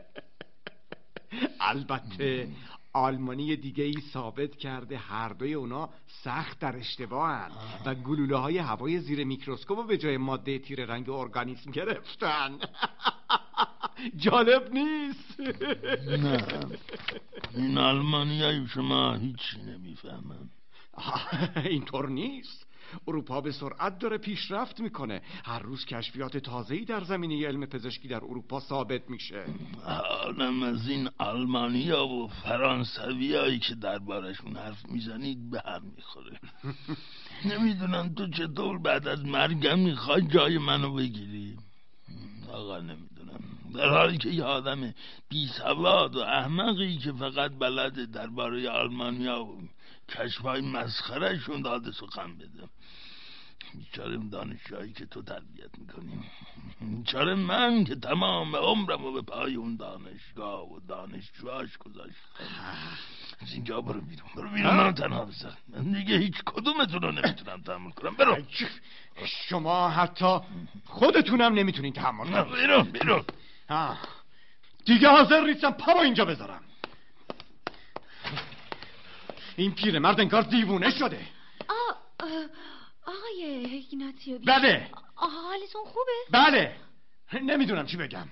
E: البته آلمانی دیگه ای ثابت کرده هر دوی اونا سخت در اشتباهن و گلوله های هوای زیر میکروسکوپ رو به جای ماده تیره رنگ ارگانیسم گرفتن. جالب نیست؟
C: نه، این آلمانیای شما هیچی نمیفهمن.
E: اینطور نیست. اروپا به سرعت داره پیشرفت میکنه. هر روز کشفیات تازه‌ای در زمینه علم پزشکی در اروپا ثابت میشه.
C: حالم از این آلمانیا و فرانسویایی که دربارشون حرف میزنید به هم میخوره. نمیدونم تو چطور بعد از مرگم میخوای جای منو بگیری. آقا نمیدونم، در حالی که یه آدم بی سواد و احمقی که فقط بلده درباره آلمانیا و کشفای مسخرهشون داده سخن بده. بیچاره دانشجوهایی که تو تربیت میکنی، بیچاره من که تمام عمرمو به پای اون دانشگاه و دانشجوهاش گذاشتم. از اینجا برو بیرون، منو تنها بذار. من دیگه هیچ کدومتون رو نمیتونم تحمل کنم. برو.
E: شما حتی خودتونم نمیتونین تحمل کنم.
C: بیرون.
E: دیگه حاضر نیستم پا اینجا بذارم. این پیرمرد انگار دیوونه شده.
D: آقای ایگناتیوویچ.
E: بله.
D: حالتون خوبه؟
E: بله. نمیدونم چی بگم.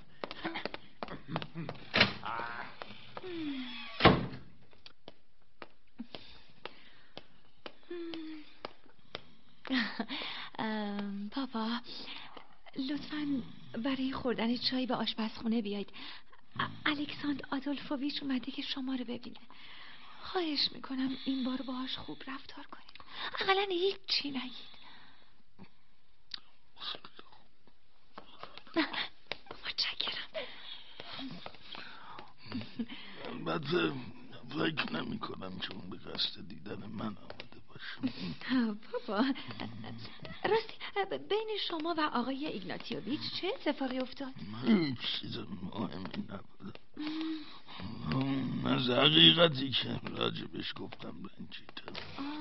D: پاپا لطفاً برای خوردن چای به آشپزخونه بیایید. الکساندر آدولفوویچ اومده که شما رو ببینه. خواهش میکنم این بار باهاش خوب رفتار کنید. اقلا هیچ چی نگید. متشکرم.
C: البته فکر نمی کنم که اون به قصد دیدن من آمده باشه.
D: پاپا راستی بین شما و آقای ایگناتیوویچ چه اتفاقی افتاد؟
C: هیچ چیز مهمی نبود. از حقیقتی که راجبش گفتم رنجیدم.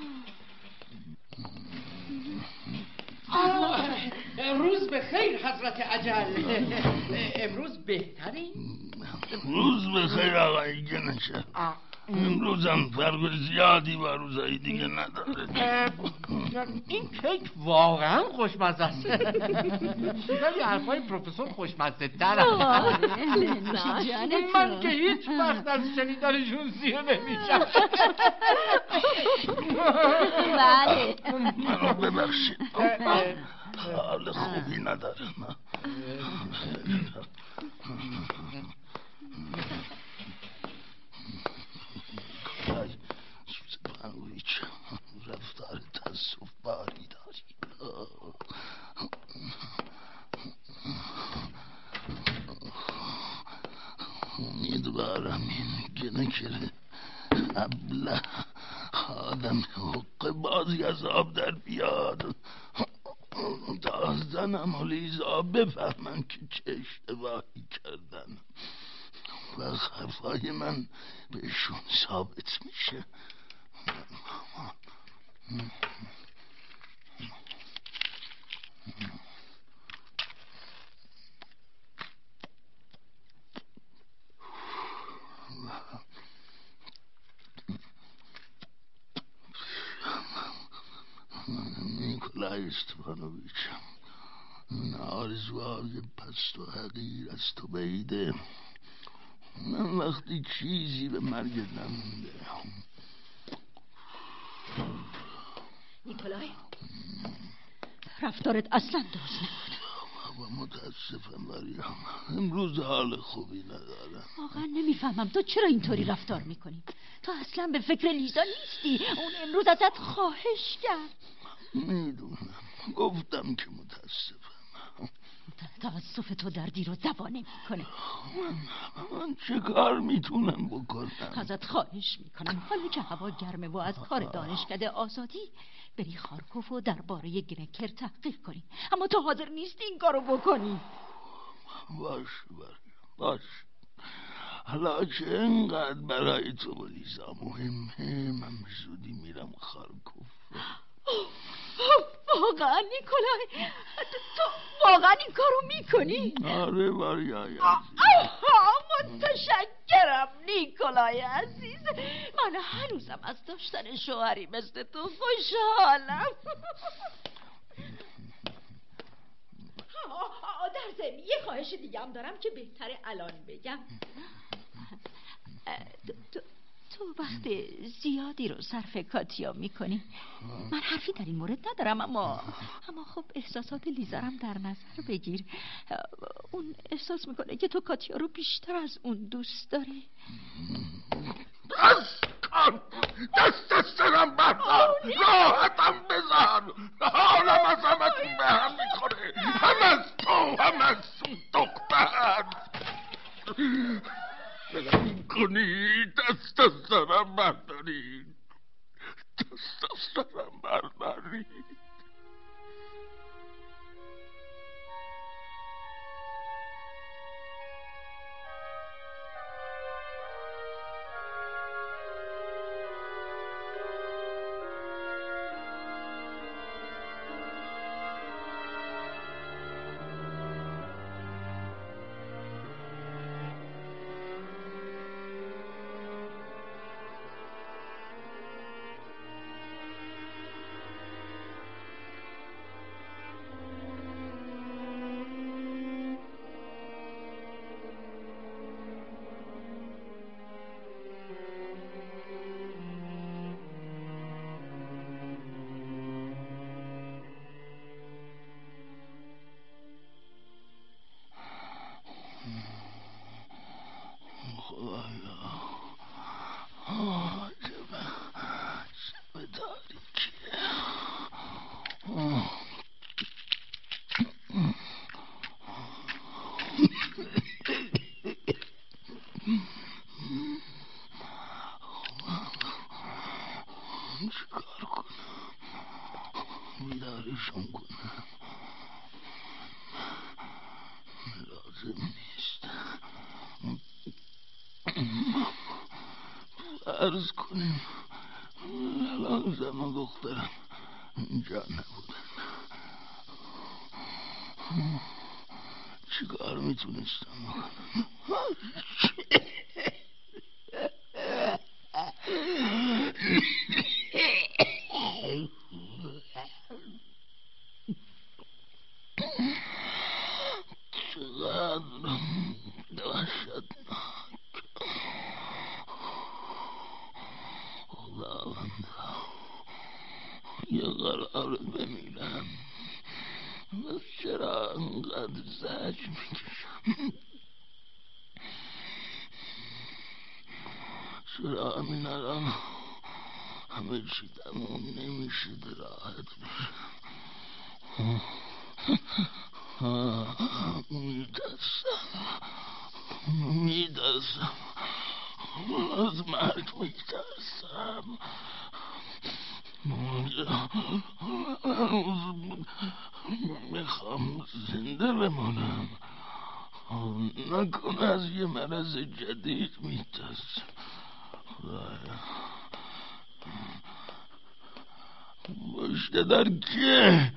G: روز به خیر حضرت عجل. امروز بهتری؟
C: روز به خیر آقای گنشه. امروز هم فرق زیادی با روزهای دیگه نداره.
G: این کیک واقعا خوشمزه است. ولی حرفای پروفسور خوشمزه تر. من که هیچ وقت از شنیدنشون سیر نمیشم.
B: بله.
C: منو ببخشید، حال خوبی ندارم. سوزپانویچ رفتار تاسف باری داری. امیدوارم این گنکر ابله آدم حق بازی از آب در بیاد تا زنم و لیزا بفهمن که چه اشتباهی کردن و حرفای من بهشون ثابت میشه. نیکولای استفانویچ، این آرزوهای پست و حقیر از تو بیده. من وقتی چیزی به مرگ نمونده.
B: نیکولای، رفتارت اصلا درست نبود.
C: و متاسفم مریم، امروز حال خوبی ندارم.
B: واقعا نمیفهمم تو چرا اینطوری رفتار میکنی. تو اصلا به فکر لیزا نیستی. اون امروز ازت خواهش کرد.
C: میدونم، گفتم که متاسفم.
B: تاسف تو دردی رو زبانه میکنه.
C: من چه کار میتونم بکنم؟
B: ازت خواهش میکنم حالا که هوا گرمه و از کار دانشکده آزادی، بری خارکوف و درباره گرکر تحقیق کنی. اما تو حاضر نیستی این کارو بکنی.
C: باش حالا که اینقدر برای تو و لیزا مهمه، من زودی میرم خارکوف.
B: واقعا نیکولای تو واقعا این کارو میکنی؟
C: آره ماریا عزیز.
B: متشکرم نیکولای عزیز. من هنوزم از داشتن شوهری مثل تو خوشحالم. در ضمن یه خواهش دیگه هم دارم که بهتره الان بگم. تو وقت زیادی رو صرف کاتیا میکنی. من حرفی در این مورد ندارم، اما خب احساسات لیزارم در نظر بگیر. اون احساس میکنه که تو کاتیا رو بیشتر از اون دوست داری.
F: دست از سرم بردار، راحتم بذار. حالم از همتون به هم میخوره، هم از تو هم از اون دختر. بلند کنی، دست از سرم برداری، دست از سرم برداری. بیدارشون کنم لازم نیست. فرض کنیم الان زن و دخترم اینجا نبودن، چیکار میتونستم بکنم؟ چقدر وحشتناک. خداوندا یه قرار بمیرم، بس چرا انقدر زج میکشم؟ چرا همین الان همه چی تموم نمیشه راحت بشم؟ میترسم از مرگ میترسم. میخوام زنده بمونم، نکنه از یه مرض جدید میترسم. پشت در که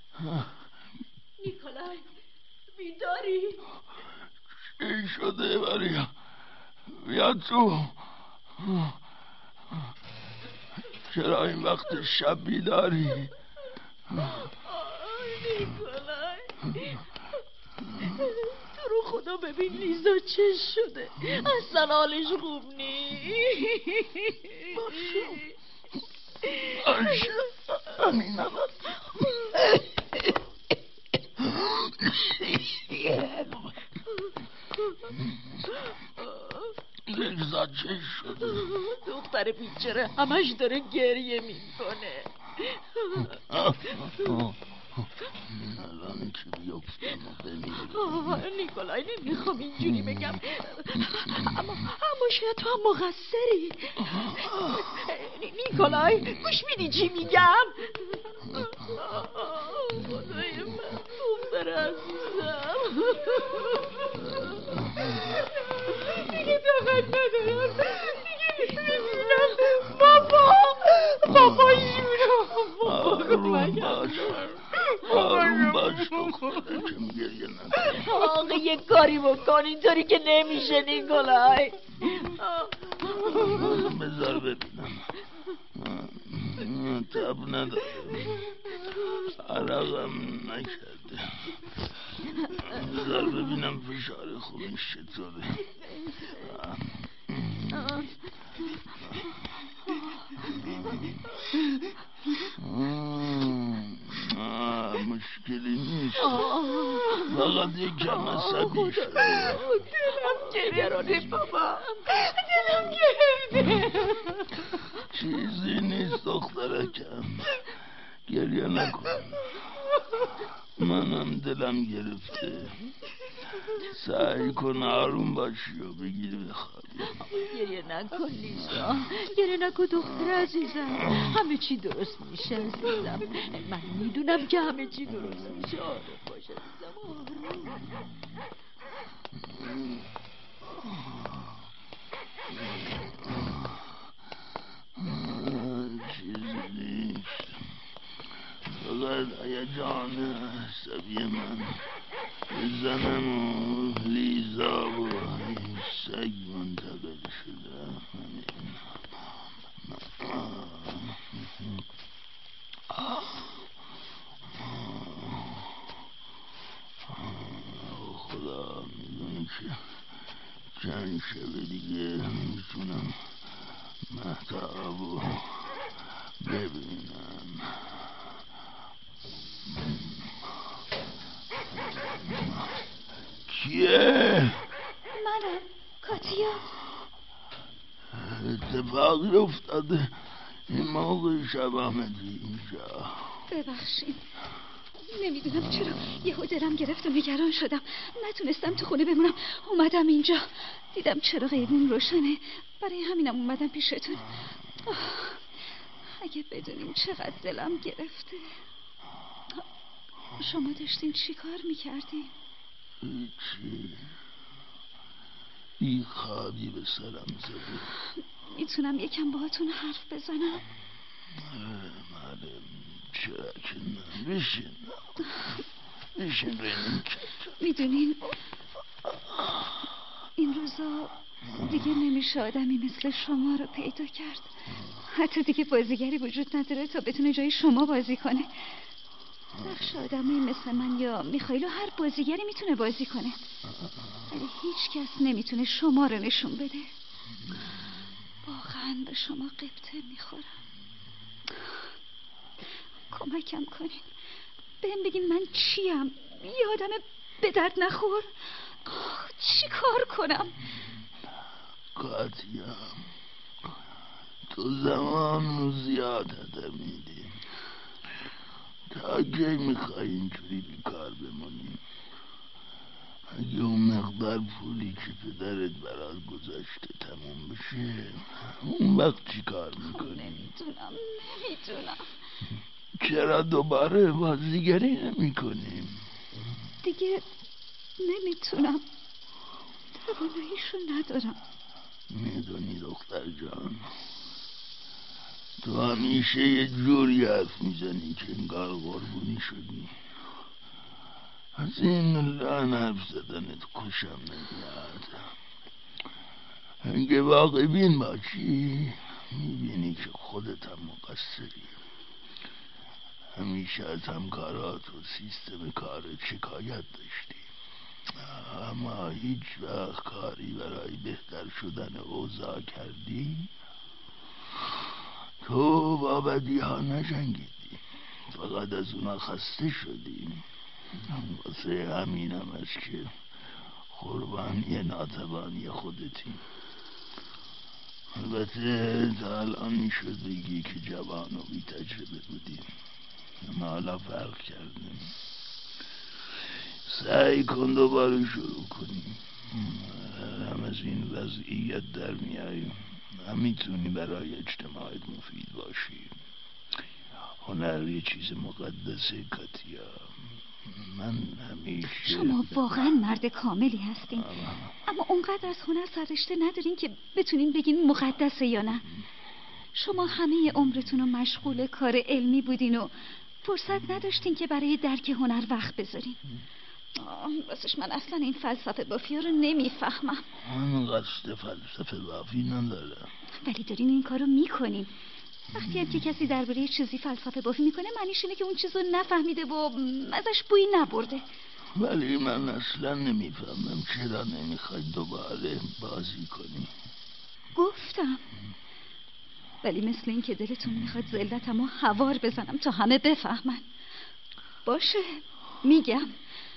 B: نیکولای بیداری؟
F: چی شده ماریا؟ بیا تو. چرا این وقت شب بیداری؟
B: نیکولای تو رو خدا ببین لیزا چه شده، اصلا حالش خوب نیست.
F: باشه همین الان لیزا چه شده؟
B: دختر بیچاره همش داره گریه میکنه.
F: الان که بیفتم و بمیرم.
B: نیکولای نمیخوام اینجوری بگم، اما شاید تو هم مقصری. نیکولای گوش میدی چی میگم؟ خدای من دختر عزیزم، دیگه طاقت ندارم، دیگه نمیبینم. بابا جونم.
C: آروم باش دخترکم، گریه نکن.
B: آقا یه کاری بکن، اینطوری که نمیشه نیکولای.
C: بذار ببینم. تب نداره، عرقم نکرده. بذار ببینم فشار خونش چطوره. مشکلی نیست، فقط یک کم عصبی شده.
B: دلم گرفته بابا، دلم گرفته.
C: چیزی نیست دخترکم، گریه نکن. منم دلم گرفته. سعی کن آروم باشی و بگیر بخوابی.
B: گریه نکن لیزا، گریه نکن دختر عزیزم، همه چی درست میشه عزیزم. من میدونم که همه چی درست میشه. آروم باش عزیزم،
C: آروم. چیزی نیست، فقط هیجان عصبی من به زنم و لیزا و سگ منتقل شده. خدا میدونی که چند شب دیگه میتونم مهتاب رو ببینم. کیه؟
B: منم کاتیا.
C: اتفاقی افتاده این موقع شب آمدی اینجا؟
D: ببخشید، نمیدونم چرا یهو دلم گرفت و نگران شدم، نتونستم تو خونه بمونم. اومدم اینجا، دیدم چراغ ایوون روشنه، برای همینم اومدم پیشتون. اگه بدونیم چقدر دلم گرفته. شما داشتین چی کار میکردین؟
C: هیچی، بی خوابی به سرم زده.
D: میتونم یکم باهاتون حرف بزنم؟
C: چرا که نه، بشین بینیم.
D: میدونین این روزا دیگه نمیشه آدمی مثل شما رو پیدا کرد. حتی دیگه بازیگری وجود نداره تا بتونه جای شما بازی کنه. نقش آدمی مثل من یا میخائیل هر بازیگری میتونه بازی کنه، ولی هیچ کس نمیتونه شما رو نشون بده. واقعا به شما قبطه میخورم. کمکم کنین، بهم بگین من چیم؟ یه آدم به درد نخور. چی کار کنم؟
C: کاتیا، تو زمان رو زیاد هدر میدی. تا کی میخوای اینجوری بیکار بمونی؟ اگه اون مقدار پولی که پدرت برات گذاشته تموم بشه، اون وقت چی کار میکنی؟
D: نمیدونم.
C: چرا دوباره بازیگری نمی کنیم؟
D: دیگه نمیتونم، تواناییشو ندارم.
C: میدونی دختر جان، تو همیشه یه جوری حرف میزنی که انگار قربونی شدی. از این لعن حرف زدنت خوشم نمیاد. اگه واقع بین باشی میبینی که خودت هم مقصری. همیشه از همکارات و سیستم کارت شکایت داشتی، اما هیچ وقت کاری برای بهتر شدن اوضاع کردی؟ تو با بدی ها نجنگیدی، فقط از اونا خسته شدی. واسه همین هم است که قربانی ناتوانی خودتی. البته تا الان میشد بگی که جوان و بی تجربه بودیم، اما حالا فرق کردیم. سعی کن دوباره شروع کنیم. هم از این وضعیت در میاییم، هم میتونی برای اجتماعت مفید باشی. هنر یه چیز مقدسه کاتیا. من همیشه...
D: شما واقعا مرد کاملی هستین، اما اونقدر از هنر سررشته ندارین که بتونین بگین مقدسه یا نه. شما همه عمرتون رو مشغول کار علمی بودین و
B: فرصت نداشتین که برای درک هنر وقت بذارین. واسش من اصلا این فلسفه بافی رو نمیفهمم.
C: من قصد فلسفه بافی ندارم.
B: ولی دارین این کارو میکنین. وقتی هم که کسی درباره چیزی فلسفه بافی میکنه معنیش اینه که اون چیزو نفهمیده و ازش بویی نبرده.
C: ولی من اصلا نمیفهمم چرا نمیخوای دوباره بازی کنی.
B: گفتم ولی مثل این که دلتون میخواد ذلتمو هوار بزنم تا همه بفهمن. باشه میگم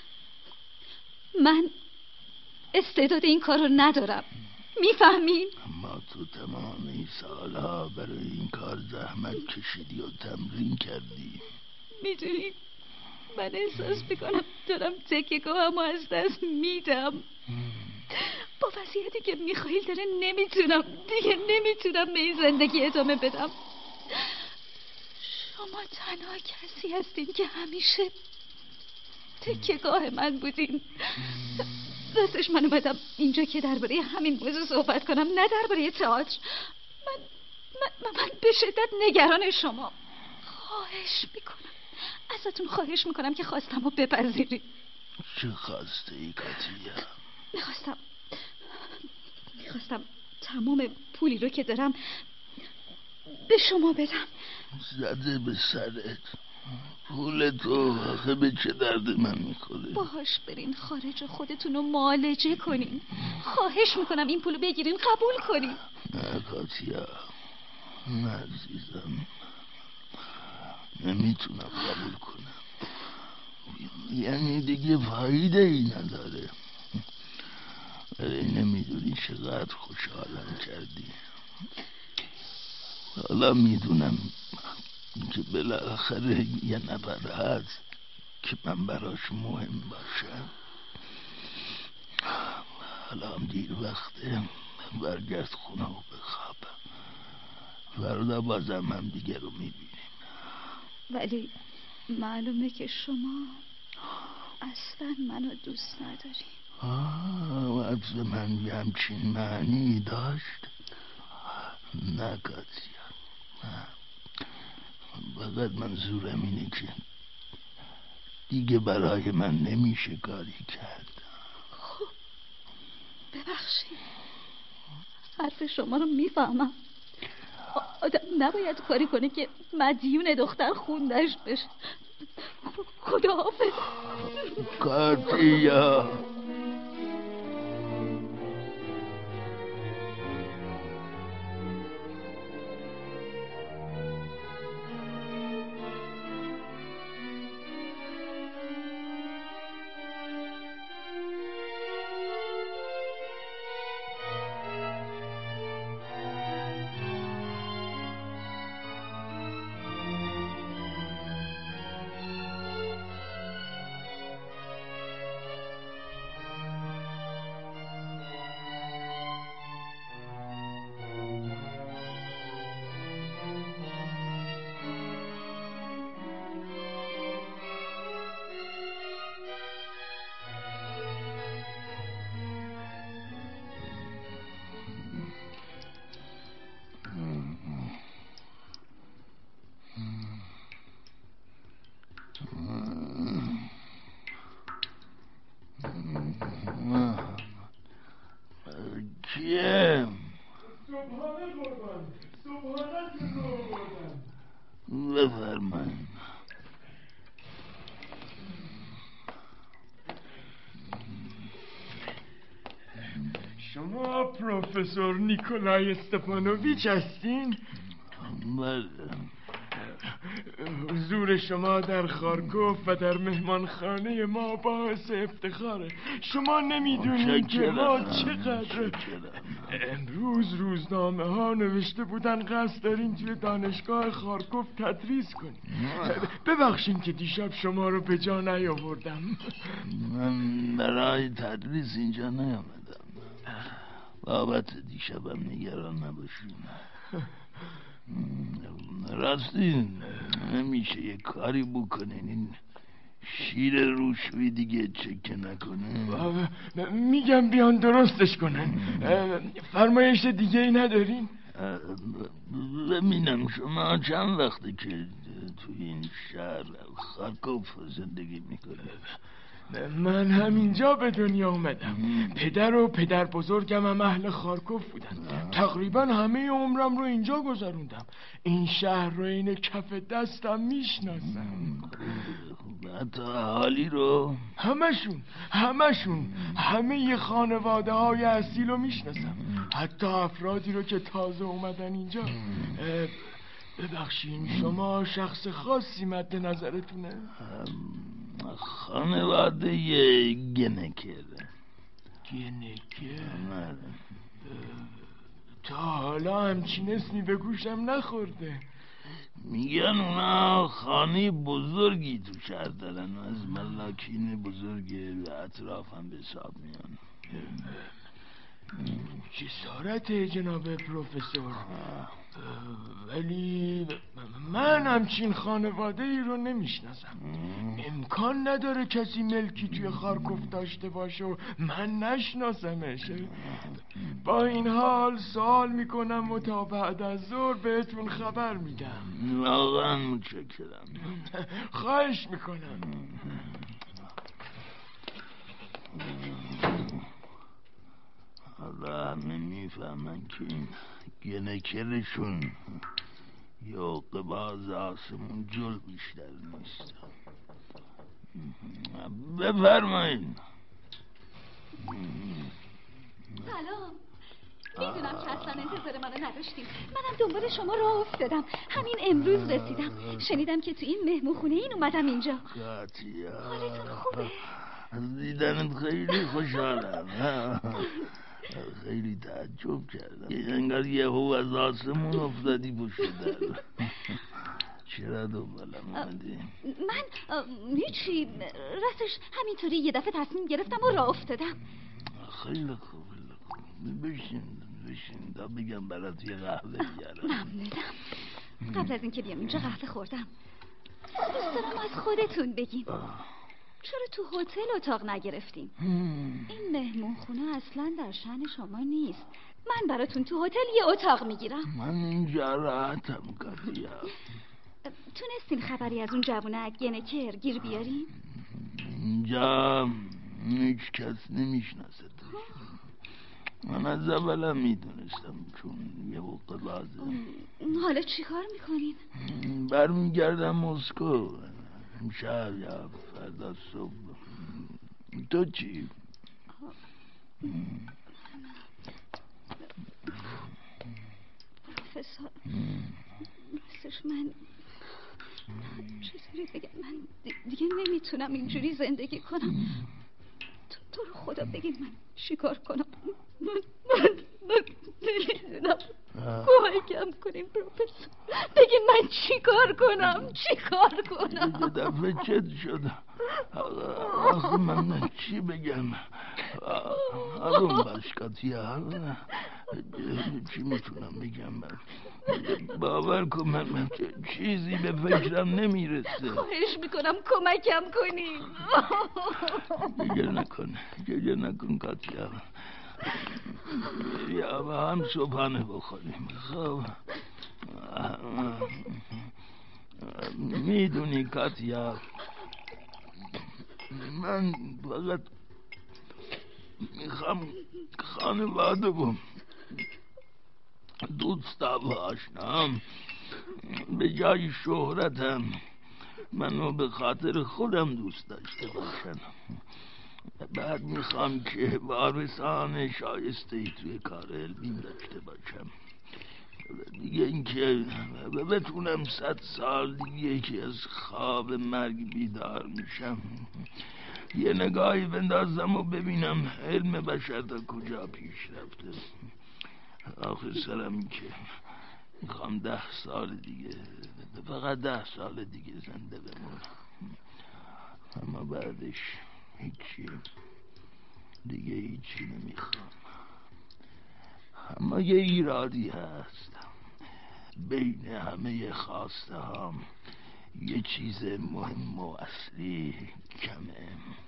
B: من استعداد این کارو ندارم. میفهمین؟
C: اما تو تمام این سالها برای این کار زحمت کشیدی و تمرین کردی.
B: میدونی من احساس میکنم دارم تکیه‌گاهمو از دست میدم. با وضعیتی که میخائیل داره دیگه نمیتونم به این زندگی ادامه بدم. شما تنها کسی هستین که همیشه تکیه‌گاه من بودین. راستش من اومدم اینجا که درباره همین موضوع صحبت کنم، نه درباره تئاتر. من به شدت نگران شما. خواهش میکنم که خواستمو بپذیرید.
C: چه خواسته ای کاتیا؟
B: میخواستم تمام پولی رو که دارم به شما بدم.
C: زده به سرت. پول تو آخه به چه درد من میخوره؟
B: باهاش برین خارج خودتون رو معالجه کنین. خواهش میکنم این پولو بگیرین، قبول کنین.
C: نه کاتیا، نه عزیزم، نمیتونم قبول کنم. یعنی دیگه فایده ای نداره. نمیدونی چقدر خوشحالم کردی. حالا میدونم که بالاخره یه نفر هست که من براش مهم باشم. حالا هم دیر وقته، برگرد خونه و بخواب. فردا بازم هم دیگه رو میبینیم.
B: ولی معلومه که شما اصلا منو دوست نداری.
C: حرف من یه همچین معنی داشت؟ نه کاتیا، نه. فقط منظورم اینه که دیگه برای من نمیشه کاری کرد.
B: خب ببخشید، حرف شما رو میفهمم. آدم نباید کاری کنه که مدیون دختر خوندش بشه. خداحافظ
C: کاتیا. بفرمایید.
H: شما پروفسور نیکولای استپانوویچ هستین؟
C: بله.
H: حضور شما در خارکوف و در مهمانخانه ما باعث افتخاره. شما نمیدونید که ما چقدر امروز روزنامه ها نوشته بودن قصد دارین توی دانشگاه خارکوف تدریس کنیم. ببخشین که دیشب شما رو به جا نیاوردم.
C: من برای تدریس اینجا نیامدم. بابت دیشبم نگران نباشین. راستی نمیشه یه کاری بکنین این شیر روشوی دیگه چکه نکنه؟
H: میگم بیان درستش کنن. فرمایش دیگه ای ندارین؟
C: ببینم شما چند وقته که تو این شهر خارکوف زندگی میکنه؟
H: من همینجا به دنیا اومدم. پدر و پدر بزرگم هم اهل خارکوف بودن. تقریبا همه عمرم رو اینجا گذروندم. این شهر رو این کف دستم میشناسم.
C: حتی اهالی رو؟ همشون همه خانواده های اصیل رو میشناسم. حتی افرادی رو که تازه اومدن اینجا. ببخشین، شما شخص خاصی مد نظرتونه؟ خانواده گنکر.
H: تا حالا همچین اسمی به گوشم نخورده.
C: میگن اونا خانه بزرگی تو شهر دارن و از ملاکین بزرگ اطراف هم به حساب میان.
H: جسارت جناب پروفسور، ولی من همچین خانواده ای رو نمیشناسم. امکان نداره کسی ملکی توی خارکوف داشته باشه و من نشناسمش. با این حال سوال میکنم و تا بعد از ظهر بهتون خبر میدم.
C: واقعا متشکرم.
H: خواهش میکنم.
C: حالا همه میفهمن که این گنکرشون یا قباز آسمون جل بیشتر نیست. بفرمایین.
B: سلام. میدونم که اصلا انتظار منو نداشتیم. منم دنبال شما راه افتادم. همین امروز رسیدم. شنیدم که تو این مهمونخونه این اومدم اینجا. حالتون خوبه؟
C: از دیدنت خیلی خوشحالم. خیلی تعجب کردم. انگار یهو از آسمون افتادی پشت در. چرا دنبالم اومدی؟
B: من هیچی، راستش همینطوری یه دفعه تصمیم گرفتم و راه افتادم.
C: خیلی خوب. بشین تا بگم برات یه قهوه بیارم.
B: ممنونم. قبل از اینکه بیام اینجا قهوه خوردم. دوست دارم از خودتون بگین. چرا تو هتل اتاق نگرفتین؟ این مهمون خونه اصلا در شأن شما نیست. من براتون تو هتل یه اتاق میگیرم.
C: من اینجا راحتم کاتیا.
B: تونستین خبری از اون جوونه گنکر گیر بیارین؟
C: اینجا هیچ کس نمیشناسه. من از اولم میدونستم چون یه وقت بازه.
B: حالا چی کار میکنین؟
C: برمیگردم مسکو امشب یا فردا صبح. تو چی؟
B: پروفسور، راستش من چطوری بگم، من دیگه نمیتونم اینجوری زندگی کنم. تو رو خدا بگین من چیکار کنم؟ من نمیدونم. کمکم کنین پروفسور. بگین من چیکار کنم؟
C: یه دفعه چت شد. آخه من چی بگم؟ آروم باش کاتیا. چی میتونم بگم؟ باور کن من چیزی به فکرم نمیرسه.
B: خواهش میکنم کمکم کنین.
C: گریه نکن کاتیا. یا با هم صبحانه بخوریم. خب میدونی کاتیا، من فقط میخوام خانواده بم دوستا و آشنام به جای شهرتم منو به خاطر خودم دوست داشته باشن. بعد میخوام که وارثان شایسته ای توی کار علمیم داشته باشم. دیگه اینکه بتونم 100 سال دیگه که از خواب مرگ بیدار میشم یه نگاهی بندازم و ببینم علم بشر تا کجا پیش رفته. آخر سرم که میخوام 10 سال دیگه، فقط 10 سال دیگه زنده بمونم. اما بعدش هیچی نمیخوام. اما یه ایرادی هست، بین همه خواسته هام یه چیز مهم و اصلی کمه.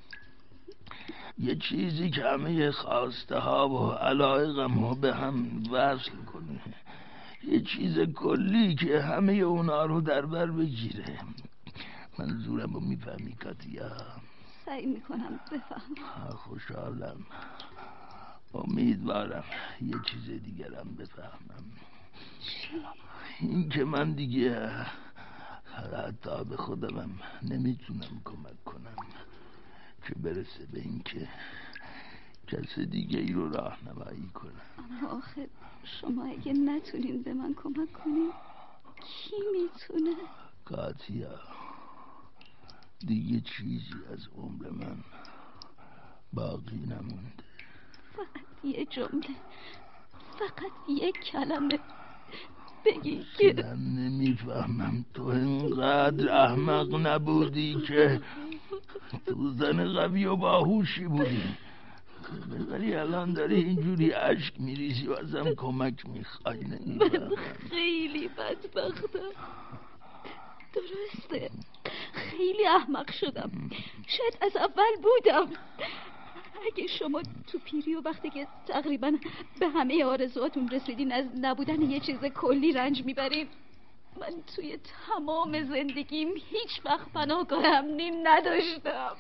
C: یه چیزی که همه خواسته ها و علایقم رو به هم وصل کنه.
F: یه چیز کلی که همه اونا رو در بر بگیره. منظورم رو میفهمی کاتیا؟
B: سعی میکنم بفهمم.
F: خوشحالم. امیدوارم یه چیز دیگرم بفهمم. این که من دیگه حتی به خودمم نمیتونم کمک کنم، که برسه به این که کس دیگه ای رو راهنمایی کنم.
B: اما آخه شما اگه نتونین به من کمک کنین کی میتونه؟
F: کاتیا، دیگه چیزی از عمر من باقی نمونده.
B: فقط یه جمله، فقط یک کلمه بگی که
F: من نمیفهمم تو اینقدر احمق نبودی که تو زن قوی و باهوشی بودی، ولی الان داری اینجوری اشک میریزی و ازم کمک میخوای.
B: من خیلی بدبختم. درسته خیلی احمق شدم، شاید از اول بودم. اگه شما تو پیری و وقتی که تقریبا به همه آرزوهاتون رسیدین از نبودن یه چیز کلی رنج میبرین، من توی تمام زندگیم هیچ وقت پناهگاه امنی نداشتم.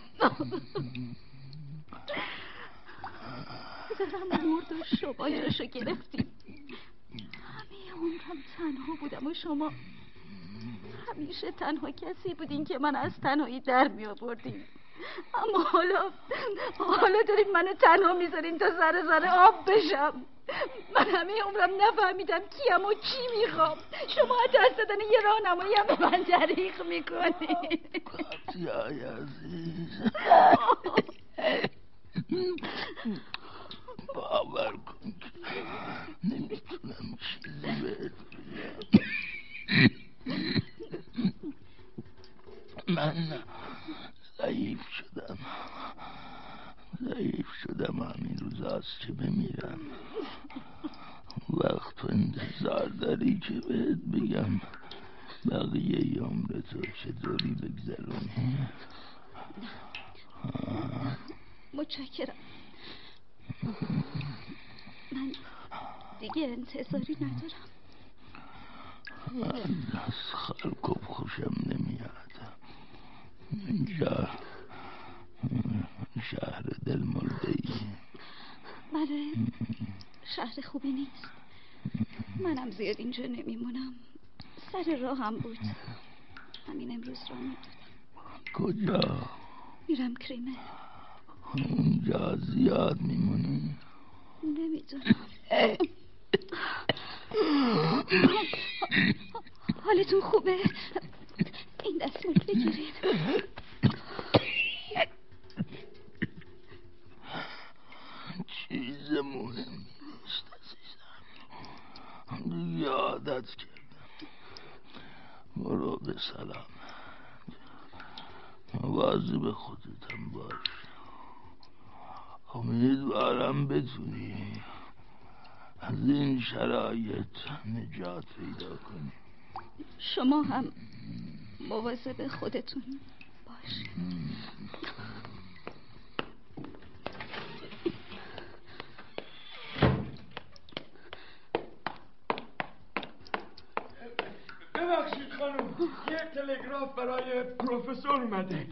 B: دارم مرد و شما جاشو گرفتیم. همه عمرم تنها بودم و شما همیشه تنها کسی بودین که من از تنهایی در می آوردین. اما حالا دارین منو تنها میذارین تا سر آب بشم. من همه عمرم نفهمیدم کیم و چی میخوام. شما حتی از دادن یه راهنمایی هم به من دریغ میکنی.
F: کاتیای عزیز، باور کن که نمیتونم چیزی بهت بگم. من ضعیف شدم همین روزاست که بمیرم. وقت و انتظار داری که بهت بگم بقیه عمرتو چطوری بگذرونی؟
B: متشکرم. من دیگه انتظاری ندارم.
F: من از خلق خوشم نمیاد. اینجا شهر دلمرده‌ای.
B: بله، شهر خوبی نیست. منم زیاد اینجا نمیمونم. سر راهم بود، همین امروز راه میافتم.
F: کجا؟
B: میرم کریمه.
F: اونجا زیاد میمونی؟
B: نمیدونم. حالتون خوبه؟ این دستمال بگیرید.
F: چیز مهم نیست عزیزم، دیگه عادت کردم. برو به سلام. مواظب خودتم باش. امیدوارم بتونی از این شرایط نجات پیدا کنی.
B: شما هم مواظب خودتون باش.
H: ببخشید خانم، یه تلگراف برای پروفسور اومده.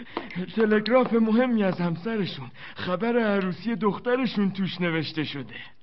H: تلگراف مهمی از همسرشون، خبر عروسی دخترشون توش نوشته شده.